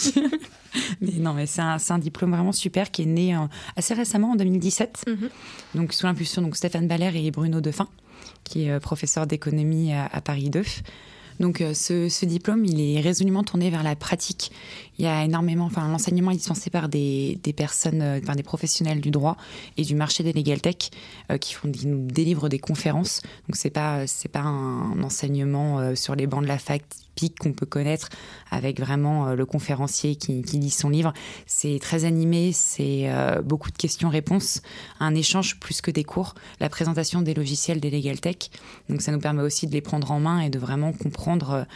Mais non, mais c'est un, c'est un diplôme vraiment super qui est né euh, assez récemment, en deux mille dix-sept. Mm-hmm. Donc, sous l'impulsion de Stéphane Valère et Bruno Defin, qui est professeur d'économie à, à Paris deux. Donc euh, ce, ce diplôme, il est résolument tourné vers la pratique. Il y a énormément, enfin l'enseignement est dispensé par des, des personnes, euh, enfin des professionnels du droit et du marché des legal tech euh, qui font, qui nous délivrent des conférences. Donc c'est pas, c'est pas un enseignement euh, sur les bancs de la fac typique qu'on peut connaître avec vraiment euh, le conférencier qui, qui lit son livre. C'est très animé, c'est euh, beaucoup de questions-réponses, un échange plus que des cours, la présentation des logiciels des legal tech. Donc ça nous permet aussi de les prendre en main et de vraiment comprendre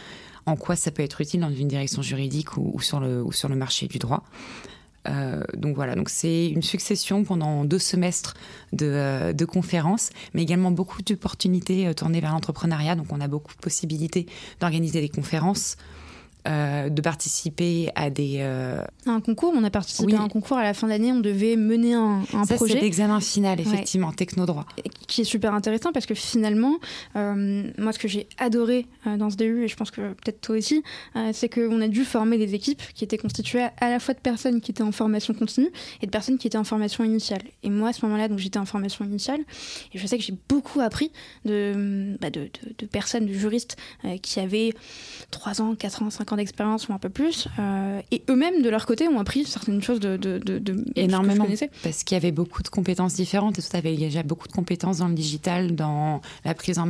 en quoi ça peut être utile dans une direction juridique ou, ou, sur, le, ou sur le marché du droit. Euh, donc voilà, donc c'est une succession pendant deux semestres de, euh, de conférences, mais également beaucoup d'opportunités euh, tournées vers l'entrepreneuriat. Donc on a beaucoup de possibilités d'organiser des conférences, euh, de participer à des... Euh... Un concours, on a participé oui. à un concours à la fin d'année, on devait mener un, un ça, projet. Ça, c'est l'examen final, effectivement, ouais. technodroit. Qui est super intéressant parce que finalement, euh, moi, ce que j'ai adoré euh, dans ce D U, et je pense que peut-être toi aussi, euh, c'est qu'on a dû former des équipes qui étaient constituées à la fois de personnes qui étaient en formation continue et de personnes qui étaient en formation initiale. Et moi, à ce moment-là, donc, j'étais en formation initiale et je sais que j'ai beaucoup appris de, bah, de, de, de personnes, de juristes euh, qui avaient trois ans, quatre ans, cinq ans d'expérience ou un peu plus, euh, et eux-mêmes de leur côté ont appris certaines choses de, de, de, de énormément, ce que je connaissais. Parce qu'il y avait beaucoup de compétences différentes et toi tu avais déjà beaucoup de compétences dans le digital, dans la prise en main de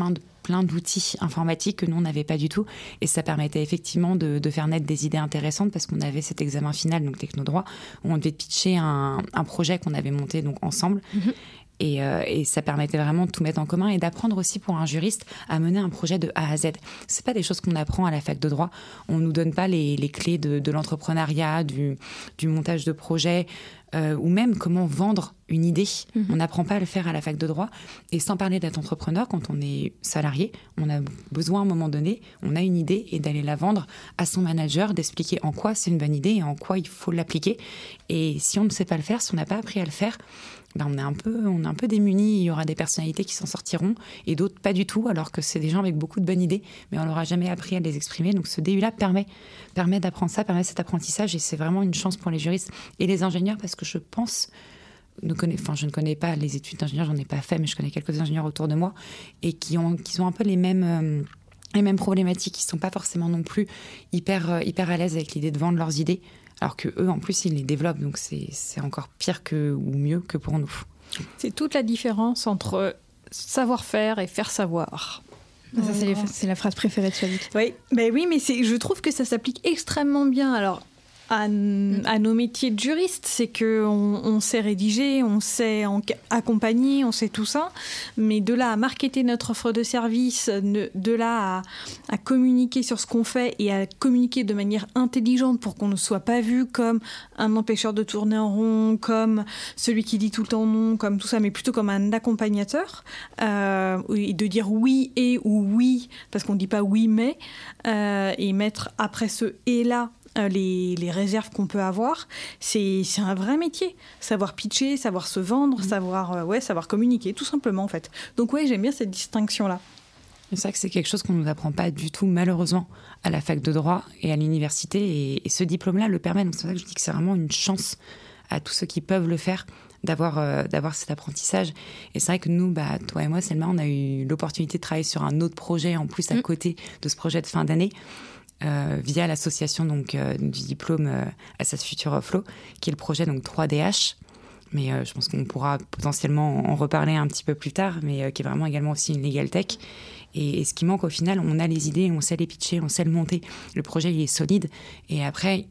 plein d'outils informatiques que nous, on n'avait pas du tout. Et ça permettait effectivement de, de faire naître des idées intéressantes parce qu'on avait cet examen final, donc technodroit, où on devait pitcher un, un projet qu'on avait monté donc, ensemble. Mmh. Et, euh, et ça permettait vraiment de tout mettre en commun et d'apprendre aussi pour un juriste à mener un projet de A à Z. C'est pas des choses qu'on apprend à la fac de droit. On nous donne pas les, les clés de, de l'entrepreneuriat, du, du montage de projet, euh, ou même comment vendre une idée. Mmh. On n'apprend pas à le faire à la fac de droit. Et sans parler d'être entrepreneur, quand on est salarié, on a besoin à un moment donné, on a une idée et d'aller la vendre à son manager, d'expliquer en quoi c'est une bonne idée et en quoi il faut l'appliquer. Et si on ne sait pas le faire, si on n'a pas appris à le faire, ben on est un peu, on est un peu démunis. Il y aura des personnalités qui s'en sortiront et d'autres pas du tout, alors que c'est des gens avec beaucoup de bonnes idées, mais on n'aura jamais appris à les exprimer. Donc ce D U-là permet, permet d'apprendre ça, permet cet apprentissage et c'est vraiment une chance pour les juristes et les ingénieurs parce que je pense, ne connais, enfin je ne connais pas les études d'ingénieur, j'en ai pas fait, mais je connais quelques ingénieurs autour de moi et qui ont, qui ont un peu les mêmes, euh, les mêmes problématiques, qui sont pas forcément non plus hyper, euh, hyper à l'aise avec l'idée de vendre leurs idées. Alors qu'eux, en plus, ils les développent, donc c'est, c'est encore pire que, ou mieux que pour nous. C'est toute la différence entre savoir-faire et faire savoir. Ça, c'est, les, c'est la phrase préférée de Chavik. Oui, mais, oui, mais c'est, je trouve que ça s'applique extrêmement bien. Alors, à, à nos métiers de juriste, c'est qu'on on sait rédiger, on sait en, accompagner, on sait tout ça, mais de là à marketer notre offre de service, de, de là à, à communiquer sur ce qu'on fait et à communiquer de manière intelligente pour qu'on ne soit pas vu comme un empêcheur de tourner en rond, comme celui qui dit tout le temps non, comme tout ça, mais plutôt comme un accompagnateur, euh, et de dire oui et ou oui, parce qu'on ne dit pas oui mais, euh, et mettre après ce et là, Les, les réserves qu'on peut avoir, c'est, c'est un vrai métier. Savoir pitcher, savoir se vendre, mmh. savoir, euh, ouais, savoir communiquer, tout simplement en fait. Donc ouais, j'aime bien cette distinction-là. C'est vrai que c'est quelque chose qu'on ne nous apprend pas du tout, malheureusement, à la fac de droit et à l'université. Et, et ce diplôme-là le permet. Donc c'est pour ça que je dis que c'est vraiment une chance à tous ceux qui peuvent le faire d'avoir, euh, d'avoir cet apprentissage. Et c'est vrai que nous, bah, toi et moi, Selma, on a eu l'opportunité de travailler sur un autre projet en plus à mmh. côté de ce projet de fin d'année. Euh, via l'association donc, euh, du diplôme euh, Assas Future Flow, qui est le projet donc, trois D H. Mais euh, je pense qu'on pourra potentiellement en reparler un petit peu plus tard, mais euh, qui est vraiment également aussi une legal tech. Et, et ce qui manque au final, on a les idées, on sait les pitcher, on sait le monter. Le projet, il est solide. Et après,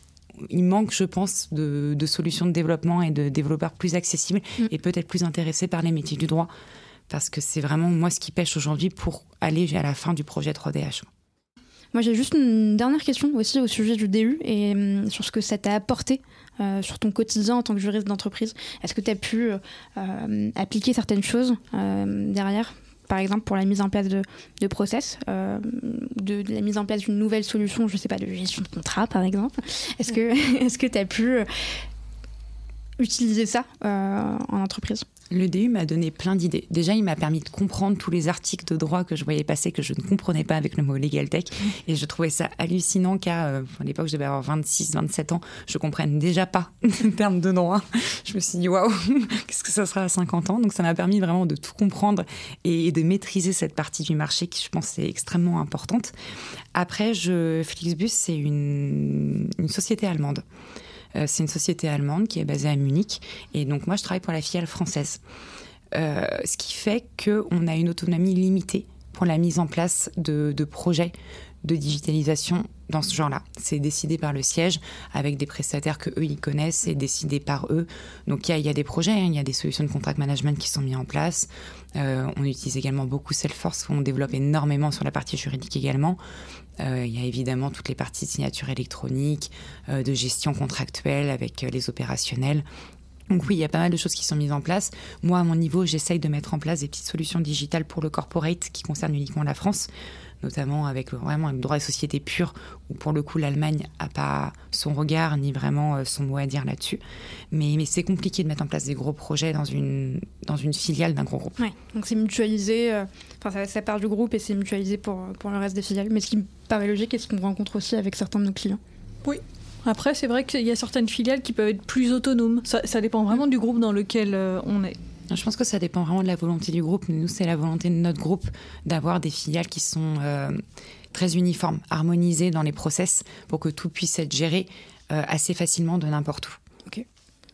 il manque, je pense, de, de solutions de développement et de développeurs plus accessibles mmh. et peut-être plus intéressés par les métiers du droit. Parce que c'est vraiment moi ce qui pêche aujourd'hui pour aller à la fin du projet trois D H. Moi, j'ai juste une dernière question aussi au sujet du D U et euh, sur ce que ça t'a apporté euh, sur ton quotidien en tant que juriste d'entreprise. Est-ce que tu as pu euh, appliquer certaines choses euh, derrière, par exemple pour la mise en place de, de process, euh, de, de la mise en place d'une nouvelle solution, je ne sais pas, de gestion de contrat par exemple. Est-ce que est-ce que tu as pu utiliser ça euh, en entreprise ? Le D U m'a donné plein d'idées. Déjà, il m'a permis de comprendre tous les articles de droit que je voyais passer, que je ne comprenais pas avec le mot legal tech. Et je trouvais ça hallucinant qu'à euh, à l'époque, je devais avoir vingt-six, vingt-sept ans, je ne comprenne déjà pas les termes de droit. Je me suis dit, waouh, qu'est-ce que ça sera à cinquante ans ? Donc, ça m'a permis vraiment de tout comprendre et de maîtriser cette partie du marché qui, je pense, est extrêmement importante. Après, je, Flixbus, c'est une, une société allemande. Euh, c'est une société allemande qui est basée à Munich. Et donc, moi, je travaille pour la filiale française. Euh, ce qui fait qu'on a une autonomie limitée pour la mise en place de, de projets de digitalisation dans ce genre-là. C'est décidé par le siège avec des prestataires qu'eux, ils connaissent et décidé par eux. Donc, il y, y a des projets, hein, il y a des solutions de contract management qui sont mises en place. Euh, on utilise également beaucoup Salesforce, on développe énormément sur la partie juridique également. Euh, il y a évidemment toutes les parties de signature électronique, euh, de gestion contractuelle avec euh, les opérationnels. Donc oui, il y a pas mal de choses qui sont mises en place. Moi, à mon niveau, j'essaye de mettre en place des petites solutions digitales pour le corporate qui concernent uniquement la France, notamment avec vraiment un droit des sociétés pur, où pour le coup, l'Allemagne n'a pas son regard ni vraiment son mot à dire là-dessus. Mais, mais c'est compliqué de mettre en place des gros projets dans une, dans une filiale d'un gros groupe. Ouais, donc c'est mutualisé, euh, enfin ça, ça part du groupe et c'est mutualisé pour, pour le reste des filiales. Mais ce qui me paraît logique et ce qu'on rencontre aussi avec certains de nos clients. Oui. Après, c'est vrai qu'il y a certaines filiales qui peuvent être plus autonomes. Ça, ça dépend vraiment du groupe dans lequel euh, on est. Je pense que ça dépend vraiment de la volonté du groupe. Nous, c'est la volonté de notre groupe d'avoir des filiales qui sont euh, très uniformes, harmonisées dans les process pour que tout puisse être géré euh, assez facilement de n'importe où. Ok.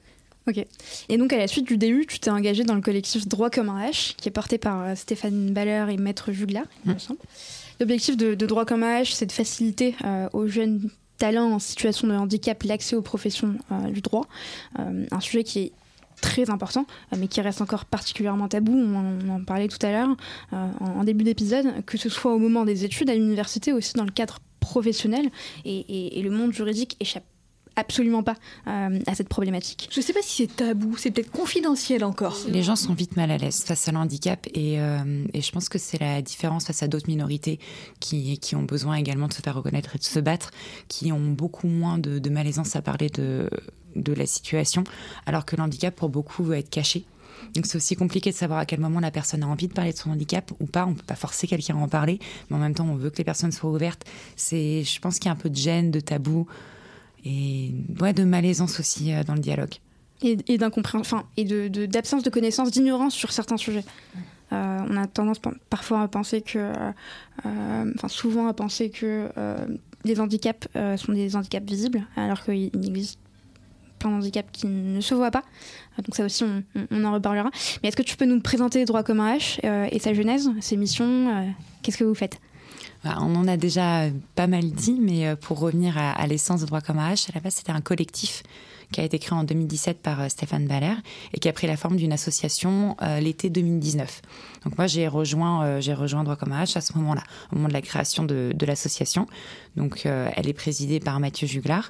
Ok. Et donc, à la suite du D U, tu t'es engagée dans le collectif Droit commun H, qui est porté par euh, Stéphane Baller et Maître Juglar, il me semble. L'objectif de, de Droit commun H, c'est de faciliter euh, aux jeunes talents en situation de handicap l'accès aux professions euh, du droit. Euh, un sujet qui est très important, euh, mais qui reste encore particulièrement tabou. On, on en parlait tout à l'heure euh, en, en début d'épisode, que ce soit au moment des études, à l'université, aussi dans le cadre professionnel. Et, et, et le monde juridique échappe absolument pas euh, à cette problématique. Je ne sais pas si c'est tabou, c'est peut-être confidentiel encore. Les gens sont vite mal à l'aise face à l'handicap et, euh, et je pense que c'est la différence face à d'autres minorités qui, qui ont besoin également de se faire reconnaître et de se battre, qui ont beaucoup moins de, de malaisance à parler de, de la situation, alors que l'handicap pour beaucoup veut être caché. Donc c'est aussi compliqué de savoir à quel moment la personne a envie de parler de son handicap ou pas. On ne peut pas forcer quelqu'un à en parler, mais en même temps on veut que les personnes soient ouvertes. C'est, je pense qu'il y a un peu de gêne, de tabou, et ouais, de malaisance aussi euh, dans le dialogue. Et, et d'incompréhension, enfin, et de, de, d'absence de connaissance, d'ignorance sur certains sujets. Euh, on a tendance parfois à penser que, euh, enfin souvent à penser que euh, les handicaps euh, sont des handicaps visibles, alors qu'il existe plein d'handicaps qui ne se voient pas. Donc ça aussi, on, on en reparlera. Mais est-ce que tu peux nous présenter Droit commun H euh, et sa genèse, ses missions, euh, qu'est-ce que vous faites ? On en a déjà pas mal dit, mais pour revenir à, à l'essence de Droit commun H, à la base, c'était un collectif qui a été créé en deux mille dix-sept par Stéphane Baller et qui a pris la forme d'une association euh, l'été deux mille dix-neuf. Donc moi, j'ai rejoint, euh, j'ai rejoint Droit commun H à ce moment-là, au moment de la création de, de l'association. Donc euh, elle est présidée par Mathieu Juglar.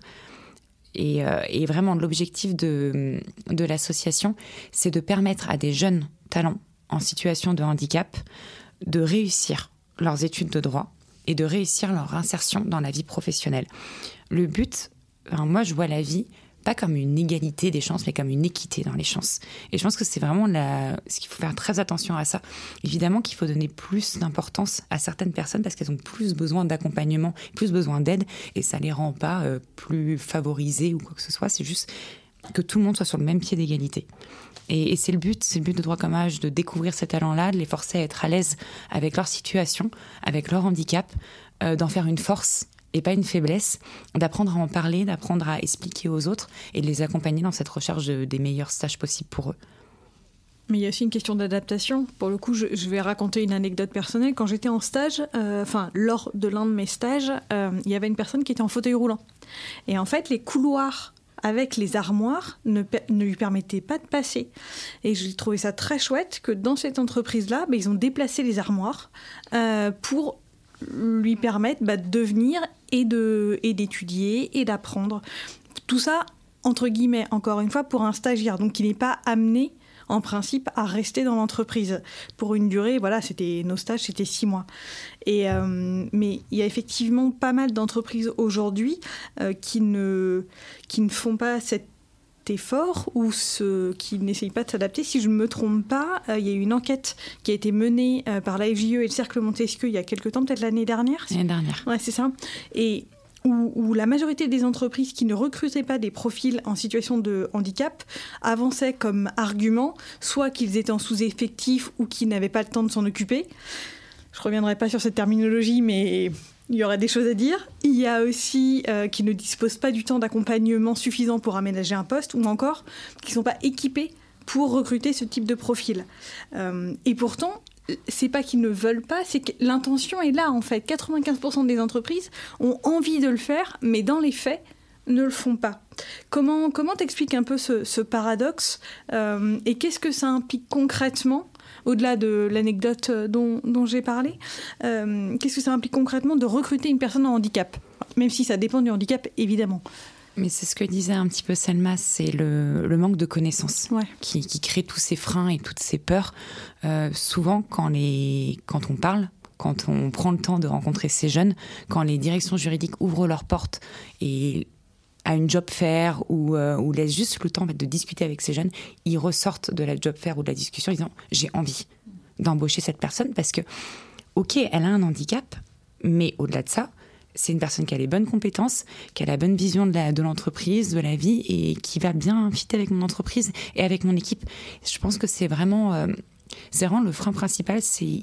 Et, euh, et vraiment, l'objectif de, de l'association, c'est de permettre à des jeunes talents en situation de handicap de réussir leurs études de droit et de réussir leur insertion dans la vie professionnelle. Le but, enfin, moi je vois la vie pas comme une égalité des chances, mais comme une équité dans les chances. Et je pense que c'est vraiment la... ce qu'il faut faire très attention à ça. Évidemment qu'il faut donner plus d'importance à certaines personnes parce qu'elles ont plus besoin d'accompagnement, plus besoin d'aide, et ça les rend pas euh, plus favorisées ou quoi que ce soit. C'est juste que tout le monde soit sur le même pied d'égalité. Et, et c'est le but, c'est le but de Droit commun H, de découvrir ces talents-là, de les forcer à être à l'aise avec leur situation, avec leur handicap, euh, d'en faire une force et pas une faiblesse, d'apprendre à en parler, d'apprendre à expliquer aux autres et de les accompagner dans cette recherche de, des meilleurs stages possibles pour eux. Mais il y a aussi une question d'adaptation. Pour le coup, je, je vais raconter une anecdote personnelle. Quand j'étais en stage, euh, enfin, lors de l'un de mes stages, euh, il y avait une personne qui était en fauteuil roulant. Et en fait, les couloirs avec les armoires ne, ne lui permettaient pas de passer. Et j'ai trouvé ça très chouette que dans cette entreprise-là, bah, ils ont déplacé les armoires euh, pour lui permettre bah, de venir et, de, et d'étudier et d'apprendre. Tout ça, entre guillemets, encore une fois, pour un stagiaire. Donc, il n'est pas amené en principe, à rester dans l'entreprise pour une durée. Voilà, c'était, nos stages, c'était six mois. Et, euh, mais il y a effectivement pas mal d'entreprises aujourd'hui euh, qui, ne, qui ne font pas cet effort ou ce, qui n'essayent pas de s'adapter. Si je ne me trompe pas, euh, il y a eu une enquête qui a été menée euh, par l'A F J E et le Cercle Montesquieu il y a quelques temps, peut-être l'année dernière. L'année dernière. Ouais, c'est ça. Et Où, où la majorité des entreprises qui ne recrutaient pas des profils en situation de handicap avançaient comme argument soit qu'ils étaient en sous-effectif ou qu'ils n'avaient pas le temps de s'en occuper. Je ne reviendrai pas sur cette terminologie, mais il y aurait des choses à dire. Il y a aussi euh, qui ne disposent pas du temps d'accompagnement suffisant pour aménager un poste, ou encore qui ne sont pas équipés pour recruter ce type de profil. Euh, et pourtant, c'est pas qu'ils ne veulent pas, c'est que l'intention est là en fait. quatre-vingt-quinze pour cent des entreprises ont envie de le faire, mais dans les faits, ne le font pas. Comment, comment t'expliques un peu ce, ce paradoxe euh, et qu'est-ce que ça implique concrètement, au-delà de l'anecdote dont, dont j'ai parlé, euh, qu'est-ce que ça implique concrètement de recruter une personne en handicap ? Même si ça dépend du handicap, évidemment. Mais c'est ce que disait un petit peu Selma, c'est le, le manque de connaissances ouais. qui, qui crée tous ces freins et toutes ces peurs. Euh, souvent, quand, les, quand on parle, quand on prend le temps de rencontrer ces jeunes, quand les directions juridiques ouvrent leurs portes et à une job fair ou, euh, ou laissent juste le temps en fait, de discuter avec ces jeunes, ils ressortent de la job fair ou de la discussion en disant « j'ai envie d'embaucher cette personne » parce que, ok, elle a un handicap, mais au-delà de ça, c'est une personne qui a les bonnes compétences, qui a la bonne vision de, la, de l'entreprise, de la vie et qui va bien fitter avec mon entreprise et avec mon équipe. Je pense que c'est vraiment, euh, c'est vraiment le frein principal, c'est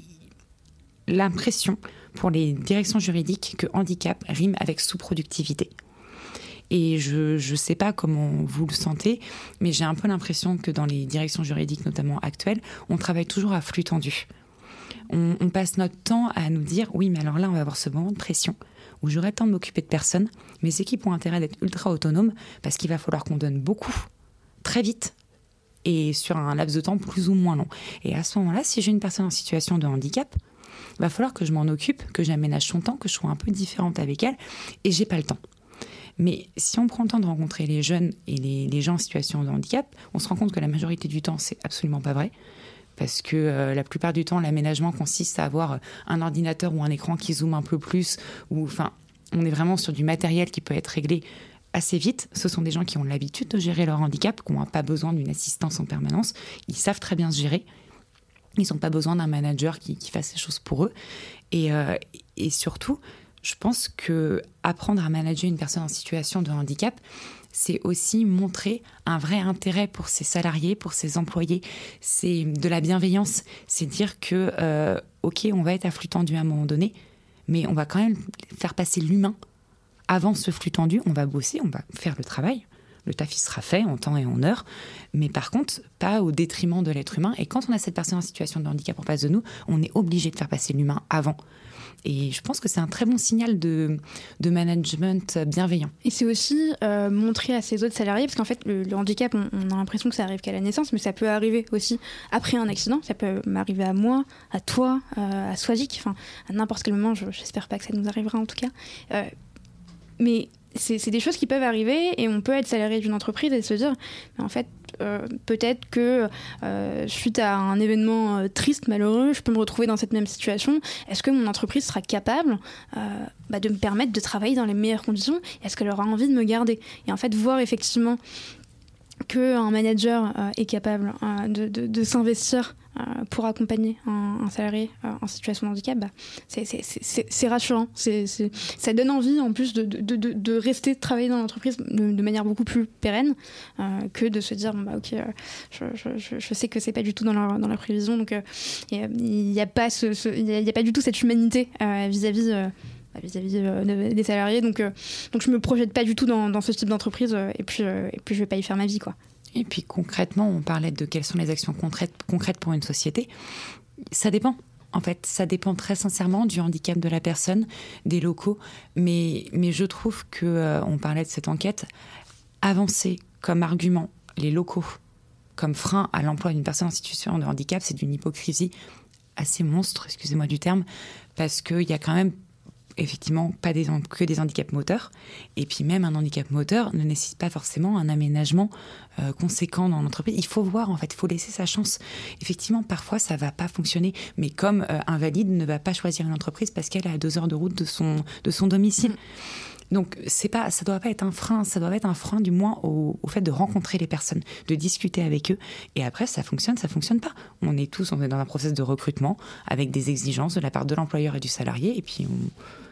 l'impression pour les directions juridiques que handicap rime avec sous-productivité. Et je ne sais pas comment vous le sentez, mais j'ai un peu l'impression que dans les directions juridiques, notamment actuelles, on travaille toujours à flux tendu. On, on passe notre temps à nous dire « oui, mais alors là, on va avoir ce moment de pression où j'aurai le temps de m'occuper de personne. Mes équipes ont intérêt d'être ultra autonomes parce qu'il va falloir qu'on donne beaucoup, très vite, et sur un laps de temps plus ou moins long. Et à ce moment-là, si j'ai une personne en situation de handicap, il va falloir que je m'en occupe, que j'aménage son temps, que je sois un peu différente avec elle, et j'ai pas le temps. Mais si on prend le temps de rencontrer les jeunes et les, les gens en situation de handicap, on se rend compte que la majorité du temps, c'est absolument pas vrai. Parce que euh, la plupart du temps, l'aménagement consiste à avoir un ordinateur ou un écran qui zoome un peu plus. Ou, enfin, on est vraiment sur du matériel qui peut être réglé assez vite. Ce sont des gens qui ont l'habitude de gérer leur handicap, qui n'ont pas besoin d'une assistance en permanence. Ils savent très bien se gérer. Ils n'ont pas besoin d'un manager qui, qui fasse ces choses pour eux. Et, euh, et surtout, je pense qu'apprendre à manager une personne en situation de handicap, c'est aussi montrer un vrai intérêt pour ses salariés, pour ses employés. C'est de la bienveillance. C'est dire que, euh, OK, on va être à flux tendu à un moment donné, mais on va quand même faire passer l'humain avant ce flux tendu. On va bosser, on va faire le travail. Le taf, il sera fait en temps et en heure, mais par contre, pas au détriment de l'être humain. Et quand on a cette personne en situation de handicap en face de nous, on est obligé de faire passer l'humain avant. Et je pense que c'est un très bon signal de, de management bienveillant. Et c'est aussi euh, montrer à ses autres salariés, parce qu'en fait, le, le handicap, on, on a l'impression que ça arrive qu'à la naissance, mais ça peut arriver aussi après un accident. Ça peut m'arriver à moi, à toi, euh, à Swazik, enfin, à n'importe quel moment. Je, j'espère pas que ça nous arrivera en tout cas. Euh, mais c'est, c'est des choses qui peuvent arriver et on peut être salarié d'une entreprise et se dire, mais en fait, euh, peut-être que euh, suite à un événement euh, triste, malheureux, je peux me retrouver dans cette même situation. Est-ce que mon entreprise sera capable euh, bah, de me permettre de travailler dans les meilleures conditions? Est-ce qu'elle aura envie de me garder? Et en fait, voir effectivement qu'un manager euh, est capable euh, de, de, de s'investir euh, pour accompagner un, un salarié euh, en situation de handicap, bah, c'est, c'est, c'est, c'est rassurant. C'est, c'est, ça donne envie, en plus, de, de, de, de rester travailler dans l'entreprise de, de manière beaucoup plus pérenne euh, que de se dire, bon, bah, OK, euh, je, je, je sais que c'est pas du tout dans la, dans la prévision, donc euh, il n'y a, a, pas ce, ce, y a, y a pas du tout cette humanité euh, vis-à-vis... Euh, vis-à-vis euh, des salariés, donc, euh, donc je me projette pas du tout dans, dans ce type d'entreprise euh, et, puis, euh, et puis je vais pas y faire ma vie, quoi. Et puis concrètement, on parlait de quelles sont les actions concrètes, concrètes pour une société. Ça dépend. En fait, ça dépend très sincèrement du handicap de la personne, des locaux, mais, mais je trouve que, euh, on parlait de cette enquête, avancer comme argument les locaux comme frein à l'emploi d'une personne en situation de handicap, c'est d'une hypocrisie assez monstre, excusez-moi du terme, parce qu'il y a quand même effectivement pas des, que des handicaps moteurs, et puis même un handicap moteur ne nécessite pas forcément un aménagement euh, conséquent dans l'entreprise. Il faut voir, en fait, il faut laisser sa chance. Effectivement, parfois ça va pas fonctionner, mais comme euh, un valide ne va pas choisir une entreprise parce qu'elle est à deux heures de route de son, de son domicile. Mmh. Donc c'est pas, ça doit pas être un frein, ça doit être un frein du moins au, au fait de rencontrer les personnes, de discuter avec eux, et après ça fonctionne, ça fonctionne pas. On est tous, on est dans un process de recrutement avec des exigences de la part de l'employeur et du salarié, et puis on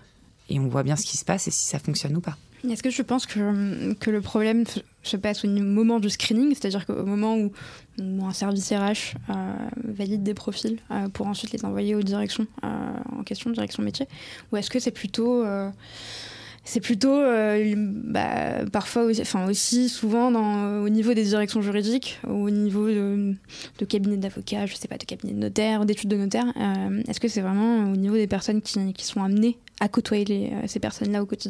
et on voit bien ce qui se passe et si ça fonctionne ou pas. Est-ce que je pense que, que le problème se passe au moment du screening, c'est-à-dire qu'au moment où, où un service R H euh, valide des profils euh, pour ensuite les envoyer aux directions euh, en question, direction métier, ou est-ce que c'est plutôt... Euh, C'est plutôt, euh, bah, parfois, aussi, enfin aussi souvent dans, au niveau des directions juridiques, au niveau de, de cabinets d'avocats, je sais pas, de cabinets de notaires, d'études de notaires. Euh, est-ce que c'est vraiment au niveau des personnes qui, qui sont amenées à côtoyer les, ces personnes-là au quotidien ?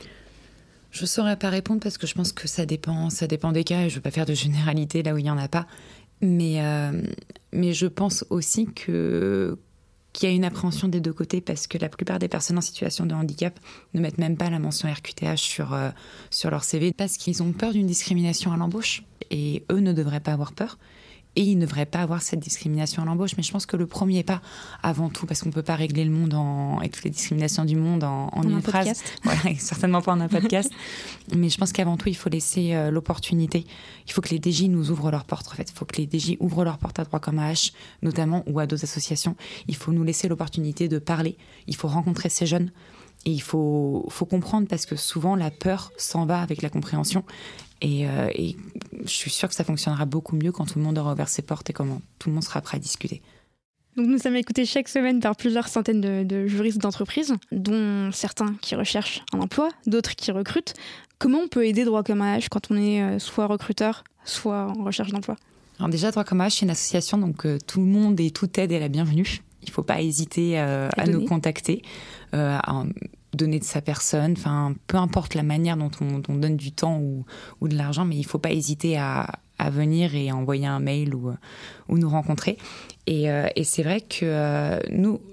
Je ne saurais pas répondre parce que je pense que ça dépend, ça dépend des cas et je ne veux pas faire de généralité là où il n'y en a pas. Mais, euh, mais je pense aussi que... qu'il y a une appréhension des deux côtés parce que la plupart des personnes en situation de handicap ne mettent même pas la mention R Q T H sur, euh, sur leur C V parce qu'ils ont peur d'une discrimination à l'embauche et eux ne devraient pas avoir peur et ils ne devraient pas avoir cette discrimination à l'embauche. Mais je pense que le premier pas, avant tout, parce qu'on ne peut pas régler le monde en, et toutes les discriminations du monde en, en, en une phrase, voilà, certainement pas en un podcast, mais je pense qu'avant tout, il faut laisser euh, l'opportunité. Il faut que les D J nous ouvrent leurs portes. En fait. Il faut que les D J ouvrent leurs portes à droit comme à H, notamment, ou à d'autres associations. Il faut nous laisser l'opportunité de parler. Il faut rencontrer ces jeunes. Et il faut, faut comprendre parce que souvent, la peur s'en va avec la compréhension. Et, euh, et je suis sûre que ça fonctionnera beaucoup mieux quand tout le monde aura ouvert ses portes et quand tout le monde sera prêt à discuter. Donc nous sommes écoutés chaque semaine par plusieurs centaines de, de juristes d'entreprise, dont certains qui recherchent un emploi, d'autres qui recrutent. Comment on peut aider Droit Commun H quand on est soit recruteur, soit en recherche d'emploi ? Alors déjà, Droit Commun H, c'est une association, donc euh, tout le monde et toute aide est la bienvenue. Il ne faut pas hésiter euh, à, à nous contacter, euh, à donner de sa personne, enfin, peu importe la manière dont on, on donne du temps ou, ou de l'argent, mais il ne faut pas hésiter à, à venir et à envoyer un mail ou, ou nous rencontrer. Et, euh, et c'est vrai que euh, nous,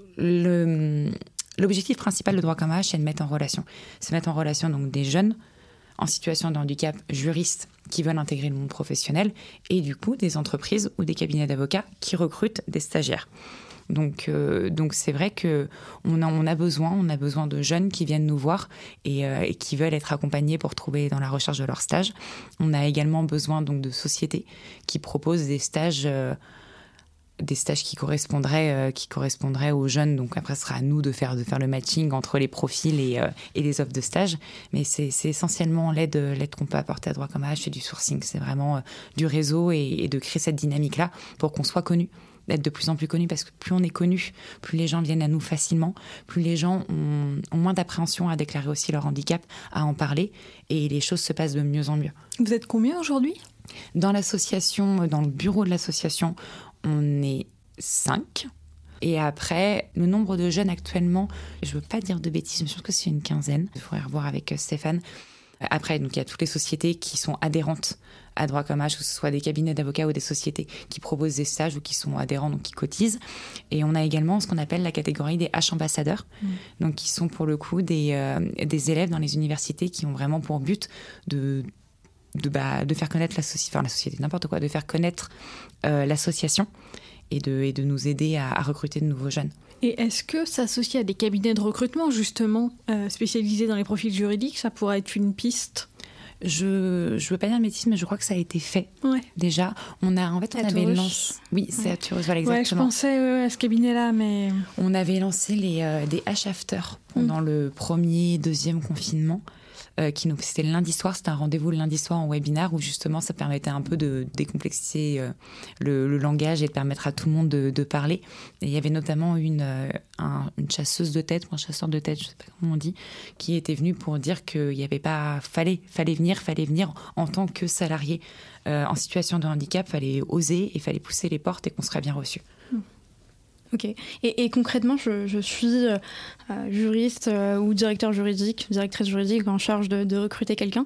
le, l'objectif principal de Droit Commun H, c'est de mettre en relation. C'est mettre en relation donc, des jeunes en situation de handicap, juristes qui veulent intégrer le monde professionnel et du coup des entreprises ou des cabinets d'avocats qui recrutent des stagiaires. Donc, euh, donc c'est vrai qu'on a, on a besoin, on a besoin de jeunes qui viennent nous voir et, euh, et qui veulent être accompagnés pour trouver dans la recherche de leur stage. On a également besoin donc de sociétés qui proposent des stages, euh, des stages qui correspondraient, euh, qui correspondraient aux jeunes. Donc après, ce sera à nous de faire, de faire le matching entre les profils et, euh, et les offres de stage. Mais c'est, c'est essentiellement l'aide, l'aide qu'on peut apporter à Droit Commun H, c'est du sourcing. C'est vraiment euh, du réseau et, et de créer cette dynamique-là pour qu'on soit connu. D'être de plus en plus connu, parce que plus on est connu, plus les gens viennent à nous facilement, plus les gens ont, ont moins d'appréhension à déclarer aussi leur handicap, à en parler, et les choses se passent de mieux en mieux. Vous êtes combien aujourd'hui ? Dans l'association, dans le bureau de l'association, on est cinq. Et après, le nombre de jeunes actuellement, je ne veux pas dire de bêtises, mais je pense que c'est une quinzaine. Il faudrait revoir avec Stéphane. Après, donc, il y a toutes les sociétés qui sont adhérentes à Droit Commun H, que ce soit des cabinets d'avocats ou des sociétés qui proposent des stages ou qui sont adhérents, donc qui cotisent. Et on a également ce qu'on appelle la catégorie des H-ambassadeurs, mmh. donc qui sont pour le coup des, euh, des élèves dans les universités qui ont vraiment pour but de, de, bah, de faire connaître la, soci- enfin, la société, n'importe quoi, de faire connaître euh, l'association et de, et de nous aider à, à recruter de nouveaux jeunes. Et est-ce que s'associer à des cabinets de recrutement, justement, euh, spécialisés dans les profils juridiques, ça pourrait être une piste ? Je ne veux pas dire de bêtises, mais je crois que ça a été fait. Ouais. Déjà, on a en fait on avait lancé. Oui, c'est ouais. à Turus, voilà exactement. Ouais, je pensais euh, à ce cabinet-là, mais on avait lancé les euh, des H-after pendant mm. le premier, deuxième confinement. Euh, qui nous, c'était le lundi soir, c'était un rendez-vous le lundi soir en webinaire où justement ça permettait un peu de décomplexifier euh, le, le langage et de permettre à tout le monde de, de parler. Et il y avait notamment une, euh, un, une chasseuse de tête ou un chasseur de tête, je ne sais pas comment on dit, qui était venu pour dire qu'il y avait pas, fallait, fallait venir, fallait venir en tant que salarié euh, en situation de handicap, fallait oser et fallait pousser les portes et qu'on serait bien reçu. Mmh. Ok. Et, et concrètement, je, je suis euh, juriste euh, ou directeur juridique, directrice juridique en charge de, de recruter quelqu'un.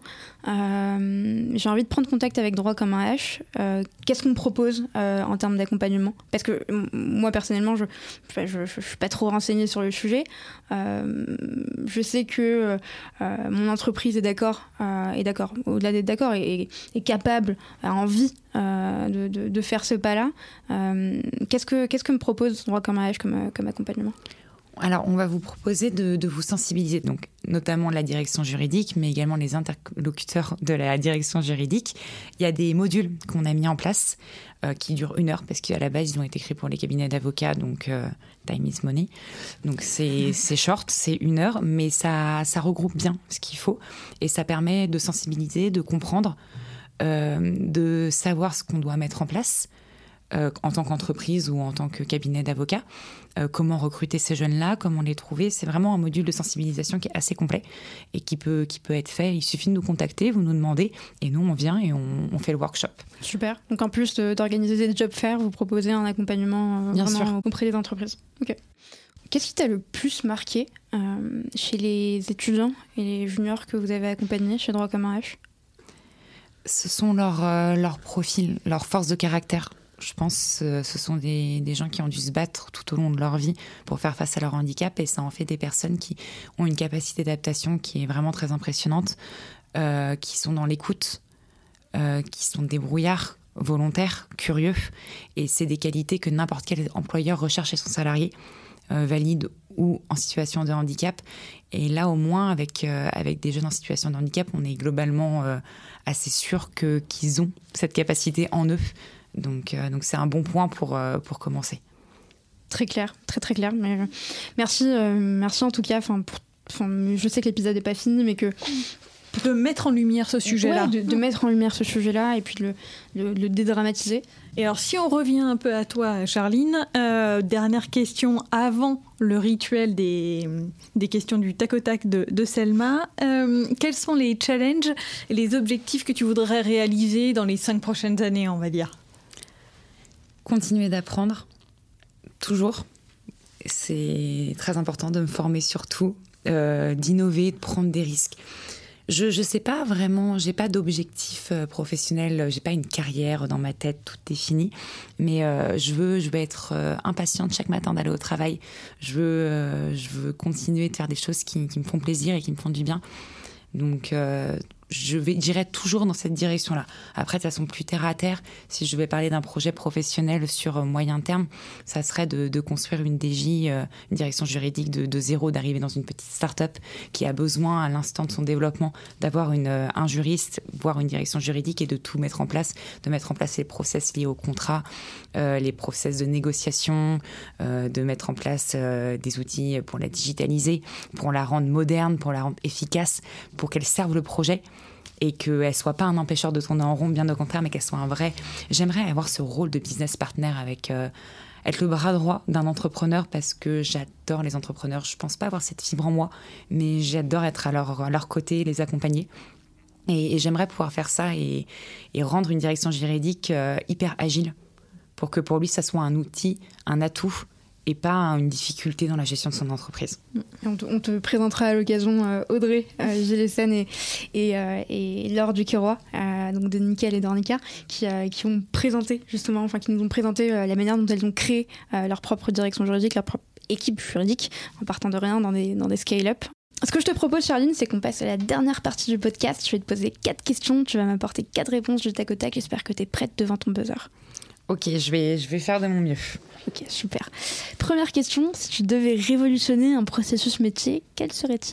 Euh, j'ai envie de prendre contact avec Droit Commun H. Euh, qu'est-ce qu'on me propose euh, en termes d'accompagnement ? Parce que m- moi, personnellement, je ne je, je, je suis pas trop renseignée sur le sujet. Euh, je sais que euh, mon entreprise est d'accord, euh, est d'accord, au-delà d'être d'accord, est, est capable, a envie euh, de, de, de faire ce pas-là. Euh, qu'est-ce que, qu'est-ce que me propose Droit Commun H comme, comme accompagnement ? Alors, on va vous proposer de, de vous sensibiliser, donc notamment la direction juridique, mais également les interlocuteurs de la direction juridique. Il y a des modules qu'on a mis en place euh, qui durent une heure, parce qu'à la base, ils ont été créés pour les cabinets d'avocats, donc euh, time is money. Donc, c'est, c'est short, c'est une heure, mais ça, ça regroupe bien ce qu'il faut et ça permet de sensibiliser, de comprendre, euh, de savoir ce qu'on doit mettre en place. Euh, en tant qu'entreprise ou en tant que cabinet d'avocats, euh, comment recruter ces jeunes-là, comment les trouver. C'est vraiment un module de sensibilisation qui est assez complet et qui peut, qui peut être fait. Il suffit de nous contacter, vous nous demandez, et nous, on vient et on, on fait le workshop. Super. Donc, en plus de, d'organiser des job fairs, vous proposez un accompagnement euh, Bien vraiment sûr. Auprès des entreprises. Ok. Qu'est-ce qui t'a le plus marqué euh, chez les étudiants et les juniors que vous avez accompagnés chez Droit Commun H ? Ce sont leurs euh, leur profils, leur force de caractère. Je pense que ce sont des, des gens qui ont dû se battre tout au long de leur vie pour faire face à leur handicap et ça en fait des personnes qui ont une capacité d'adaptation qui est vraiment très impressionnante, euh, qui sont dans l'écoute, euh, qui sont débrouillards, volontaires, curieux et c'est des qualités que n'importe quel employeur recherche chez son salarié, euh, valide ou en situation de handicap. Et là au moins avec, euh, avec des jeunes en situation de handicap, on est globalement euh, assez sûr que, qu'ils ont cette capacité en eux. Donc, euh, donc c'est un bon point pour, euh, pour commencer. Très clair, très très clair. Mais, euh, merci, euh, merci en tout cas. Pour, je sais que l'épisode n'est pas fini, mais que pour de mettre en lumière ce sujet-là. Ouais, de, de mettre en lumière ce sujet-là et puis de le, le, le dédramatiser. Et alors, si on revient un peu à toi, Charline, euh, dernière question avant le rituel des, des questions du tac au tac de, de Selma. Euh, quels sont les challenges et les objectifs que tu voudrais réaliser dans les cinq prochaines années, on va dire ? Continuer d'apprendre, toujours. C'est très important de me former surtout, euh, d'innover, de prendre des risques. Je ne sais pas vraiment, j'ai pas d'objectif euh, professionnel, j'ai pas une carrière dans ma tête toute définie, mais euh, je veux, je veux être euh, impatiente chaque matin d'aller au travail. Je veux, euh, je veux continuer de faire des choses qui, qui me font plaisir et qui me font du bien. Donc, euh, je vais, j'irai toujours dans cette direction-là. Après, de façon plus terre à terre, si je vais parler d'un projet professionnel sur moyen terme, ça serait de, de construire une D J, euh, une direction juridique de, de zéro, d'arriver dans une petite start-up qui a besoin, à l'instant de son développement, d'avoir une, un juriste, voire une direction juridique et de tout mettre en place, de mettre en place les process liés au contrat, euh, les process de négociation, euh, de mettre en place euh, des outils pour la digitaliser, pour la rendre moderne, pour la rendre efficace, pour qu'elle serve le projet et qu'elle ne soit pas un empêcheur de tourner en rond, bien au contraire, mais qu'elle soit un vrai... J'aimerais avoir ce rôle de business partner avec... Euh, être le bras droit d'un entrepreneur parce que j'adore les entrepreneurs. Je ne pense pas avoir cette fibre en moi, mais j'adore être à leur, à leur côté, les accompagner. Et, et j'aimerais pouvoir faire ça et, et rendre une direction juridique euh, hyper agile pour que pour lui, ça soit un outil, un atout et pas une difficulté dans la gestion de son entreprise. On te, on te présentera à l'occasion euh, Audrey euh, Gélessène et, et, euh, et Laure Duquesroy, euh, donc de Nickel et d'Ornica, qui, euh, qui ont présenté justement, enfin qui nous ont présenté euh, la manière dont elles ont créé euh, leur propre direction juridique, leur propre équipe juridique, en partant de rien dans des, dans des scale-up. Ce que je te propose, Charline, c'est qu'on passe à la dernière partie du podcast. Je vais te poser quatre questions, tu vas m'apporter quatre réponses du tac au tac. J'espère que tu es prête devant ton buzzer. Ok, je vais, je vais faire de mon mieux. Ok, super. Première question, si tu devais révolutionner un processus métier, quel serait-il ?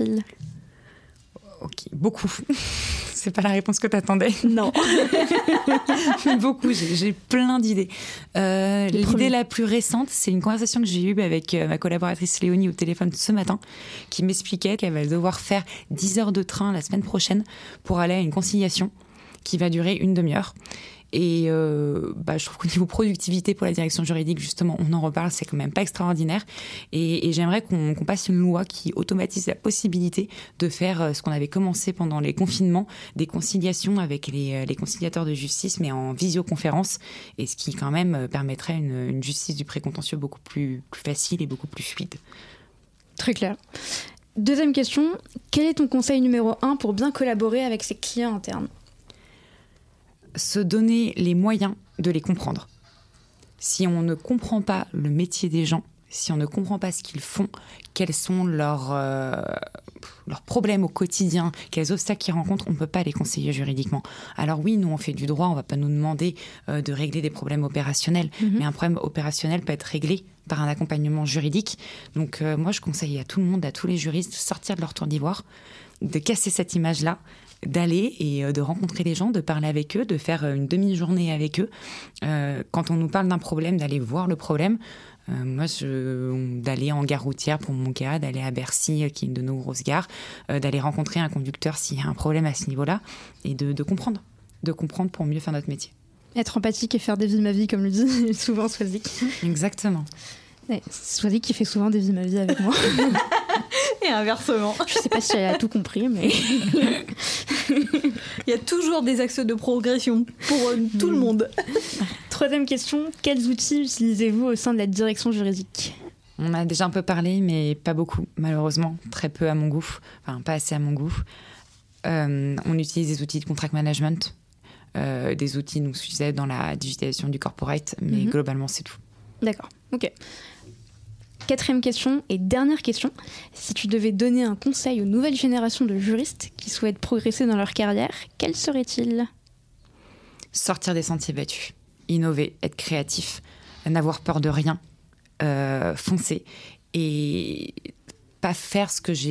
Ok, beaucoup. C'est pas la réponse que t'attendais. Non. Mais beaucoup, j'ai, j'ai plein d'idées. Euh, l'idée premiers. La plus récente, c'est une conversation que j'ai eue avec ma collaboratrice Léonie au téléphone ce matin, qui m'expliquait qu'elle va devoir faire dix heures de train la semaine prochaine pour aller à une conciliation qui va durer une demi-heure. Et euh, bah, je trouve qu'au niveau productivité pour la direction juridique, justement, on en reparle, c'est quand même pas extraordinaire. Et, et j'aimerais qu'on, qu'on passe une loi qui automatise la possibilité de faire ce qu'on avait commencé pendant les confinements, des conciliations avec les, les conciliateurs de justice, mais en visioconférence, et ce qui quand même permettrait une, une justice du précontentieux beaucoup plus, plus facile et beaucoup plus fluide. Très clair. Deuxième question, quel est ton conseil numéro un pour bien collaborer avec ses clients internes ? Se donner les moyens de les comprendre. Si on ne comprend pas le métier des gens, si on ne comprend pas ce qu'ils font, quels sont leurs, euh, leurs problèmes au quotidien, quels obstacles qu'ils rencontrent, on ne peut pas les conseiller juridiquement. Alors oui, nous on fait du droit, on ne va pas nous demander euh, de régler des problèmes opérationnels, mm-hmm. mais un problème opérationnel peut être réglé par un accompagnement juridique. Donc euh, moi je conseille à tout le monde, à tous les juristes, de sortir de leur tour d'ivoire, de casser cette image-là, d'aller et de rencontrer les gens, de parler avec eux, de faire une demi-journée avec eux. Euh, quand on nous parle d'un problème, d'aller voir le problème. Euh, moi, je, d'aller en gare routière pour mon cas, d'aller à Bercy, qui est une de nos grosses gares, euh, d'aller rencontrer un conducteur s'il y a un problème à ce niveau-là, et de, de comprendre, de comprendre pour mieux faire notre métier. Être empathique et faire des vies ma vie, comme le dit souvent Swazik. Exactement. Ouais, Swazik qui fait souvent des vies ma vie avec moi. Et inversement. Je sais pas si elle a tout compris, mais... Il y a toujours des axes de progression pour euh, tout mmh. le monde. Troisième question, quels outils utilisez-vous au sein de la direction juridique ? On a déjà un peu parlé, mais pas beaucoup, malheureusement. Très peu à mon goût. Enfin, pas assez à mon goût. Euh, on utilise des outils de contract management, euh, des outils, donc, je disais, dans la digitalisation du corporate, mais mmh. globalement, c'est tout. D'accord, ok. Quatrième question et dernière question. Si tu devais donner un conseil aux nouvelles générations de juristes qui souhaitent progresser dans leur carrière, quel serait-il ? Sortir des sentiers battus, innover, être créatif, n'avoir peur de rien, euh, foncer et pas faire ce que j'ai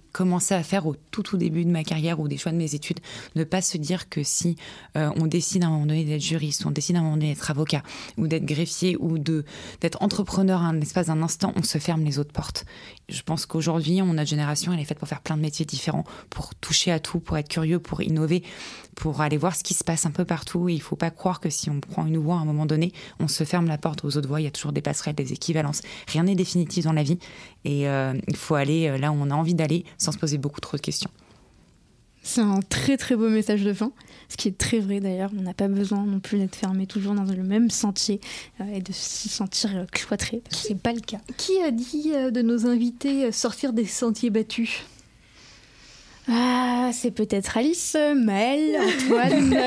commencé à faire au tout tout début de ma carrière ou des choix de mes études, ne pas se dire que si euh, on décide à un moment donné d'être juriste, on décide à un moment donné d'être avocat ou d'être greffier ou de, d'être entrepreneur à l'espace d'un instant, on se ferme les autres portes. Je pense qu'aujourd'hui, notre génération, elle est faite pour faire plein de métiers différents, pour toucher à tout, pour être curieux, pour innover, pour aller voir ce qui se passe un peu partout. Et il ne faut pas croire que si on prend une voie à un moment donné, on se ferme la porte aux autres voies. Il y a toujours des passerelles, des équivalences. Rien n'est définitif dans la vie. Et euh, il faut aller là où on a envie d'aller sans se poser beaucoup trop de questions. C'est un très très beau message de fin, ce qui est très vrai d'ailleurs. On n'a pas besoin non plus d'être fermé toujours dans le même sentier euh, et de s'y sentir euh, cloîtré, parce que c'est pas le cas. Qui a dit euh, de nos invités sortir des sentiers battus ? Ah, c'est peut-être Alice, Maëlle, Antoine.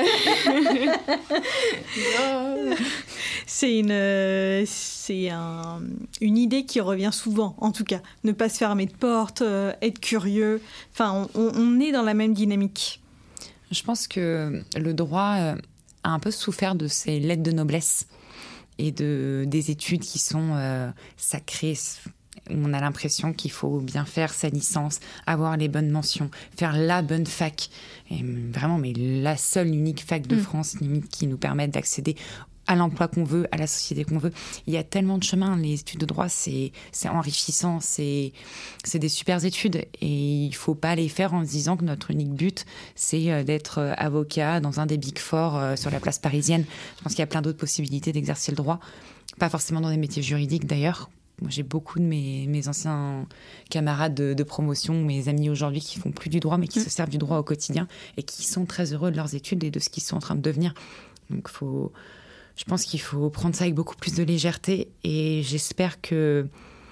C'est une, euh, c'est un, une idée qui revient souvent, en tout cas. Ne pas se fermer de porte, euh, être curieux. Enfin, on, on est dans la même dynamique. Je pense que le droit euh, a un peu souffert de ses lettres de noblesse et de, des études qui sont euh, sacrées. On a l'impression qu'il faut bien faire sa licence, avoir les bonnes mentions, faire la bonne fac. Et vraiment, mais la seule, unique fac de mmh. France limite, qui nous permette d'accéder à l'emploi qu'on veut, à la société qu'on veut. Il y a tellement de chemins. Les études de droit, c'est, c'est enrichissant, c'est, c'est des super études. Et il ne faut pas les faire en se disant que notre unique but, c'est d'être avocat dans un des Big Four euh, sur la place parisienne. Je pense qu'il y a plein d'autres possibilités d'exercer le droit. Pas forcément dans des métiers juridiques, d'ailleurs. Moi, j'ai beaucoup de mes, mes anciens camarades de, de promotion, mes amis aujourd'hui qui font plus du droit, mais qui mmh. se servent du droit au quotidien et qui sont très heureux de leurs études et de ce qu'ils sont en train de devenir. Donc, faut, je pense qu'il faut prendre ça avec beaucoup plus de légèreté et j'espère que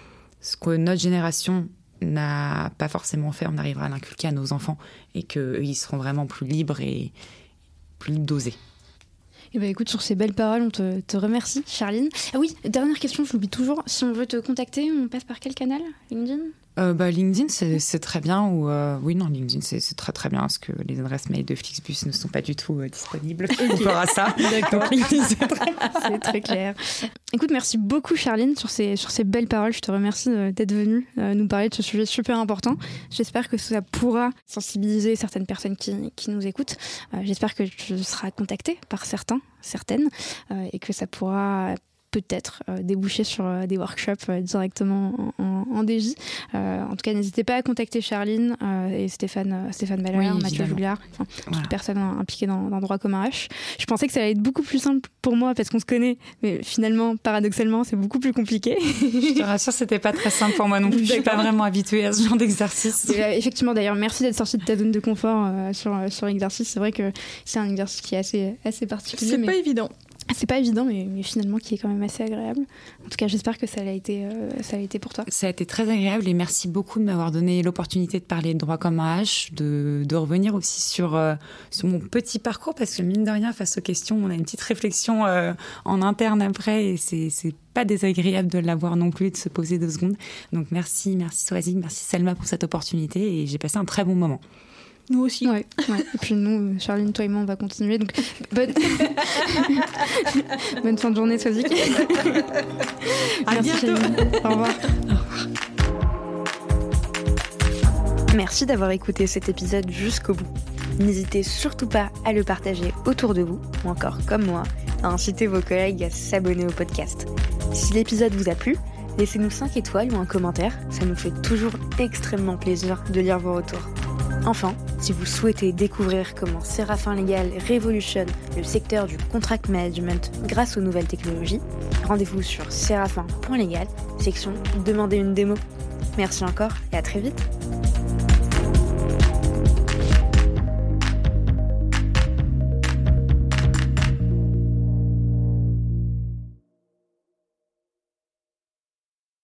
ce que notre génération n'a pas forcément fait, on arrivera à l'inculquer à nos enfants et qu'ils seront vraiment plus libres et plus dosés. Eh ben écoute, sur ces belles paroles, on te, te remercie, Charline. Ah oui, dernière question, je l'oublie toujours. Si on veut te contacter, on passe par quel canal ? LinkedIn ? Euh, bah, LinkedIn, c'est, c'est très bien. Ou, euh, oui, non, LinkedIn, c'est, c'est très très bien parce que les adresses mail de Flixbus ne sont pas du tout euh, disponibles. On fera ça. D'accord. Donc, LinkedIn, c'est, très... c'est très clair. Écoute, merci beaucoup, Charline, sur ces, sur ces belles paroles. Je te remercie d'être venue euh, nous parler de ce sujet super important. J'espère que ça pourra sensibiliser certaines personnes qui, qui nous écoutent. Euh, j'espère que tu seras contactée par certains, certaines, euh, et que ça pourra peut-être euh, déboucher sur euh, des workshops euh, directement en, en, en D J. Euh, en tout cas, n'hésitez pas à contacter Charline euh, et Stéphane, euh, Stéphane Ballard, oui, Mathieu Julliard, enfin, voilà. Toutes personnes impliquées dans, dans droit commun H. Je pensais que ça allait être beaucoup plus simple pour moi parce qu'on se connaît, mais finalement, paradoxalement, c'est beaucoup plus compliqué. Je te rassure, c'était pas très simple pour moi non plus. Je suis pas vraiment habituée à ce genre d'exercice. Et, euh, effectivement, d'ailleurs, merci d'être sortie de ta zone de confort euh, sur, sur l'exercice. C'est vrai que c'est un exercice qui est assez, assez particulier. C'est mais... pas évident. C'est pas évident, mais, mais finalement qui est quand même assez agréable. En tout cas, j'espère que ça l'a été, euh, ça a été pour toi. Ça a été très agréable et merci beaucoup de m'avoir donné l'opportunité de parler de droit commun H, de, de revenir aussi sur, euh, sur mon petit parcours, parce que mine de rien, face aux questions, on a une petite réflexion euh, en interne après et c'est, c'est pas désagréable de l'avoir non plus et de se poser deux secondes. Donc merci, merci Swazig, merci Selma pour cette opportunité et j'ai passé un très bon moment. Nous aussi. Ouais, ouais. Et puis nous, Charline, toi et moi, on va continuer. Donc, bonne, bonne fin de journée, Swazig. À Merci, bientôt. Charline. Au revoir. Au revoir. Merci d'avoir écouté cet épisode jusqu'au bout. N'hésitez surtout pas à le partager autour de vous, ou encore comme moi, à inciter vos collègues à s'abonner au podcast. Si l'épisode vous a plu, laissez-nous cinq étoiles ou un commentaire, ça nous fait toujours extrêmement plaisir de lire vos retours. Enfin, si vous souhaitez découvrir comment Séraphin Légal révolutionne le secteur du contract management grâce aux nouvelles technologies, rendez-vous sur séraphin point légal, section « Demandez une démo ». Merci encore et à très vite.